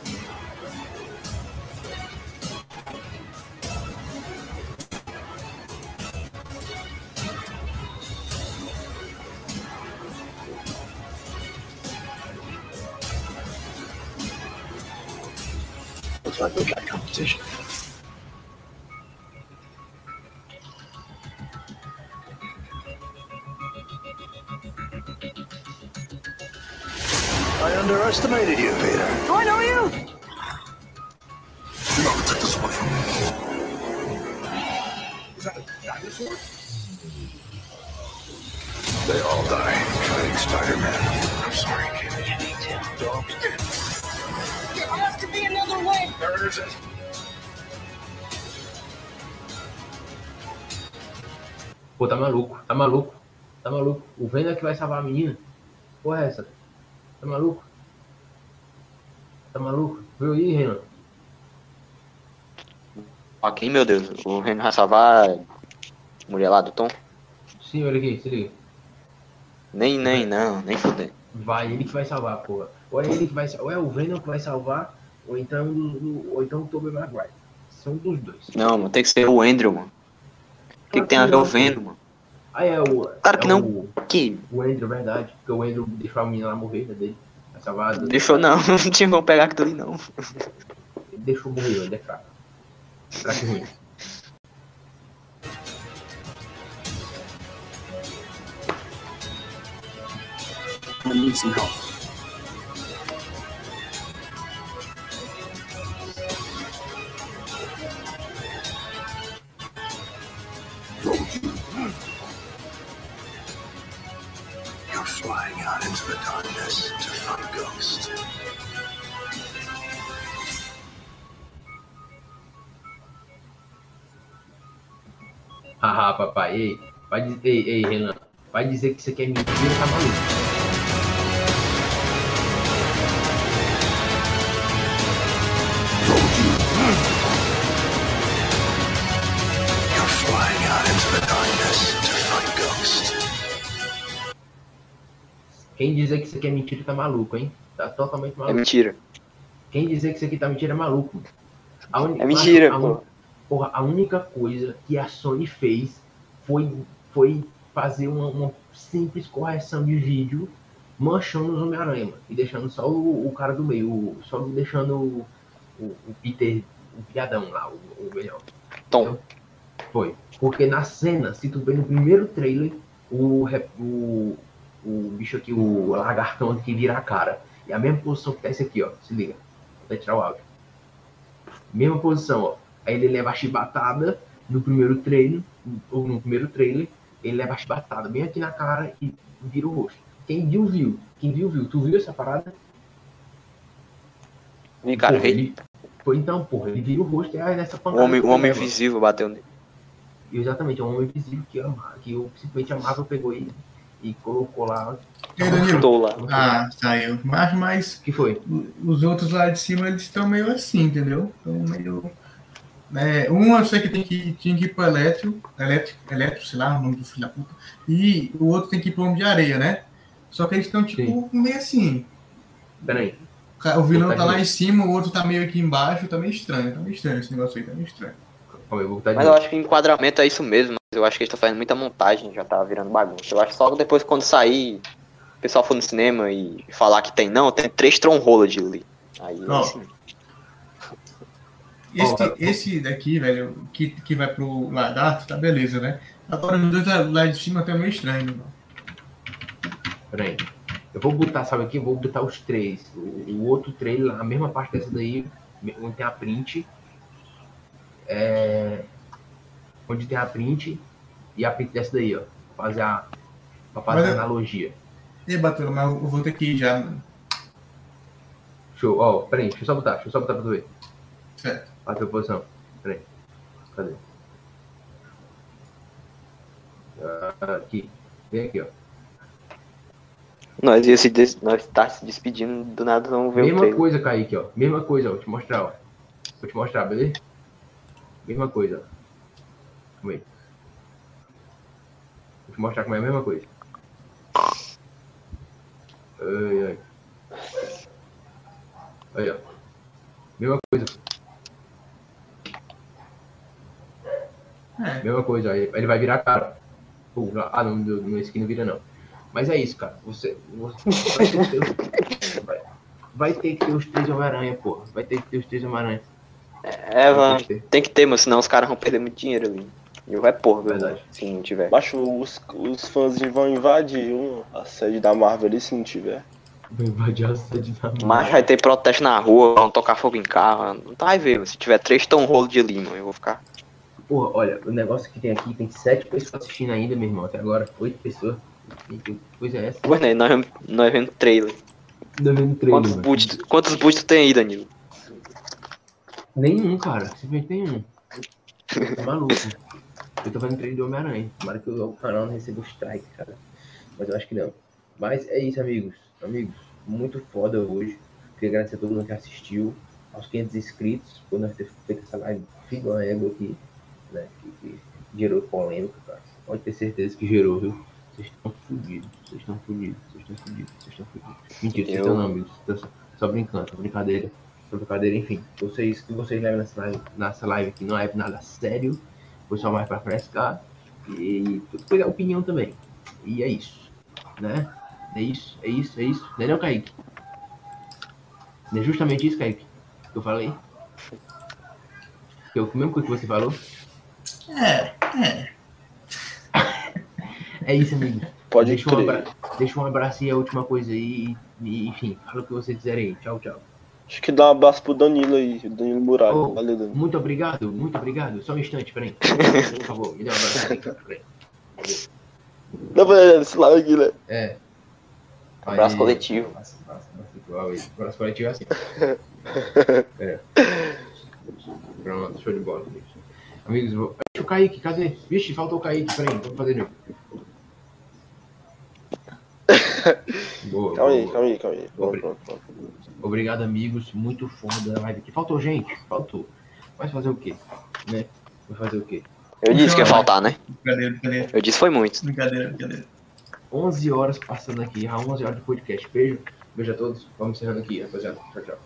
[SPEAKER 11] Looks like we got competition. I underestimated you, Peter.
[SPEAKER 12] Do I know you?
[SPEAKER 13] You're not gonna take this away from me. Is that a dinosaur?
[SPEAKER 11] They all die fighting Spider-Man. I'm sorry, kid.
[SPEAKER 12] There has to be another way.
[SPEAKER 13] There it is.
[SPEAKER 2] Pô, tá maluco, tá maluco, tá maluco. O Venom é que vai salvar a menina. Porra é essa? Tá maluco? Tá maluco? Viu aí, Renan?
[SPEAKER 6] Ok, meu Deus. O Renan vai salvar a mulher lá do Tom?
[SPEAKER 2] Sim, olha aqui, se liga.
[SPEAKER 6] Nem fuder.
[SPEAKER 2] Vai, ele que vai salvar, porra. Ou é ele que vai salvar, ou é o Venom que vai salvar, ou então o Tobey Maguire. São dos dois.
[SPEAKER 6] Não, mano, tem que ser o Andrew, mano. O que tem a ver o Venom, mano?
[SPEAKER 2] Ah, é o...
[SPEAKER 6] Claro que
[SPEAKER 2] é
[SPEAKER 6] não.
[SPEAKER 2] O Andrew, verdade. Porque o Andrew deixou a menina lá morrer, né, dele. Vai salvar...
[SPEAKER 6] Deixou não, não tinha como pegar aquilo ali, não.
[SPEAKER 2] Ele deixou morrer, ele é fraco. Fraco e ruim.
[SPEAKER 14] I need some help.
[SPEAKER 11] You're flying out into the darkness to find Ghost.
[SPEAKER 2] Haha, papai, ei, vai dizer, ei, Renan, vai dizer que isso aqui é mentira, tá maluco?
[SPEAKER 11] You're flying out into the darkness to find Ghost.
[SPEAKER 2] Quem dizer que isso aqui é mentira tá maluco, hein? Tá totalmente maluco.
[SPEAKER 6] É mentira.
[SPEAKER 2] Quem dizer que isso aqui tá mentira é maluco.
[SPEAKER 6] É mentira,
[SPEAKER 2] pô. Porra, a única coisa que a Sony fez foi fazer uma simples correção de vídeo manchando os Homem-Aranha, mano, e deixando só o cara do meio, só deixando o Peter, o piadão lá, o melhor.
[SPEAKER 6] Tom.
[SPEAKER 2] Então, foi. Porque na cena, se tu vê no primeiro trailer, o bicho aqui, o lagartão aqui vira a cara. E a mesma posição que tá esse aqui, ó. Se liga. Vou tirar o áudio. Mesma posição, ó. Aí ele leva a chibatada,
[SPEAKER 7] no primeiro treino, ou no primeiro trailer, ele leva a chibatada bem aqui na cara e vira o rosto. Quem viu, viu. Quem viu, viu. Tu viu essa parada?
[SPEAKER 6] Vi, cara,
[SPEAKER 7] porra, ele vira o rosto e aí nessa
[SPEAKER 6] O
[SPEAKER 7] pancada.
[SPEAKER 6] homem invisível bateu nele.
[SPEAKER 7] Exatamente, é um homem invisível que eu simplesmente amava, pegou e colocou lá.
[SPEAKER 3] E aí, Danilo?
[SPEAKER 6] Tô lá.
[SPEAKER 3] Ah, saiu. Mas
[SPEAKER 7] que foi?
[SPEAKER 3] Os outros lá de cima, eles estão meio assim, entendeu? Estão meio... um eu sei que tinha que ir pro elétrico, sei lá, o nome do filho da puta. E o outro tem que ir pro homem de areia, né? Só que eles estão, tipo, meio assim.
[SPEAKER 7] Peraí.
[SPEAKER 3] O vilão tá lá em cima, o outro tá meio aqui embaixo, tá meio estranho. Tá meio estranho esse negócio aí, tá meio estranho.
[SPEAKER 6] Mas eu acho que enquadramento é isso mesmo. Mas eu acho que eles estão fazendo muita montagem, já tá virando bagunça. Eu acho que só depois quando sair, o pessoal for no cinema e falar que tem 3 Tom Holland ali. Aí assim.
[SPEAKER 3] Esse daqui, velho, que vai pro lagarto, tá beleza, né? Agora os dois lá de cima tá meio estranho, meu irmão.
[SPEAKER 7] Peraí. Eu vou botar, sabe aqui? Eu vou botar os 3. O outro trailer lá, a mesma parte dessa daí, onde tem a print. Onde tem a print e a print dessa daí, ó. Pra fazer a analogia.
[SPEAKER 3] E Batura, mas eu vou ter que ir já, mano.
[SPEAKER 7] Show, ó, peraí, deixa eu só botar pra tu ver.
[SPEAKER 3] Certo.
[SPEAKER 7] A tua posição. Peraí. Cadê? Aqui. Vem aqui, ó.
[SPEAKER 6] Nós tá se despedindo, do nada vamos ver o trailer.
[SPEAKER 7] Mesma coisa, Kaique, ó. Mesma coisa, ó. Vou te mostrar, ó. Vou te mostrar, beleza? Mesma coisa, ó. Calma aí. Vou te mostrar como é a mesma coisa. Ai. Aí, ó. Mesma coisa. Mesma coisa, ó. Ele vai virar a cara. Não, esse aqui não vira, não. Mas é isso, cara. Você vai ter que ter os 3 Homem-Aranha, porra. Vai ter que ter os 3 Homem-Aranha.
[SPEAKER 6] Tem que ter, mas senão os caras vão perder muito dinheiro ali. E vai porra,
[SPEAKER 7] verdade.
[SPEAKER 6] Se não tiver.
[SPEAKER 5] Baixo, os fãs vão invadir a sede da Marvel ali se não tiver.
[SPEAKER 7] Vai invadir a sede da Marvel.
[SPEAKER 6] Mas vai ter protesto na rua, vão tocar fogo em carro. Não tá, vai ver. Se tiver 3 Tom Holland ali, mano, eu vou ficar.
[SPEAKER 7] Porra, olha, o negócio que tem aqui, tem 7 pessoas assistindo ainda, meu irmão. Até agora, 8 pessoas. Que coisa é essa?
[SPEAKER 6] Ué, né? Nós vendo trailer. Quantos boosts tu tem aí, Danilo?
[SPEAKER 7] Nenhum, cara. Simplesmente nenhum. Tá maluco. Eu tô fazendo trailer do Homem-Aranha. Tomara que o canal não receba o strike, cara. Mas eu acho que não. Mas é isso, amigos. Amigos, muito foda hoje. Queria agradecer a todo mundo que assistiu. Aos 500 inscritos. Por nós ter feito essa live filho da égua aqui. Né? Que gerou polêmica, cara. Pode ter certeza que gerou, viu? Vocês estão fodidos. Mentira, vocês estão não, amigos. Só brincando, só brincadeira, enfim. Que vocês levam nessa live aqui não é nada sério. Foi só mais pra frescar. E pegar opinião também. E é isso. Né? É isso. Não é não, Kaique? Não é justamente isso, Kaique? Que eu falei? Que é o mesmo coisa que você falou? É isso, amigos. Deixa um abraço e a última coisa aí. E, enfim, fala o que vocês quiserem aí. Tchau, tchau.
[SPEAKER 5] Acho que dá um abraço pro Danilo aí, Danilo Muralha. Valeu, Danilo.
[SPEAKER 7] Muito obrigado. Só um instante, peraí. Por favor, me dá um abraço. Peraí.
[SPEAKER 5] Dá pra olhar desse lado aqui, né?
[SPEAKER 6] Abraço coletivo.
[SPEAKER 7] Abraço coletivo é assim. Pronto, show de bola. Amigos, deixa o Kaique, cadê? Vixe, faltou o Kaique, peraí, vamos fazer de novo. Boa.
[SPEAKER 5] Calma aí. Pronto.
[SPEAKER 7] Obrigado, amigos. Muito foda a live aqui. Faltou gente? Faltou. Mas fazer o quê? Né? Vai fazer o quê?
[SPEAKER 6] Eu disse que ia faltar, né?
[SPEAKER 3] Brincadeira.
[SPEAKER 6] Eu disse foi muito.
[SPEAKER 3] Brincadeira.
[SPEAKER 7] 11 horas passando aqui, já 11 horas de podcast. Beijo a todos. Vamos encerrando aqui, rapaziada. Tchau.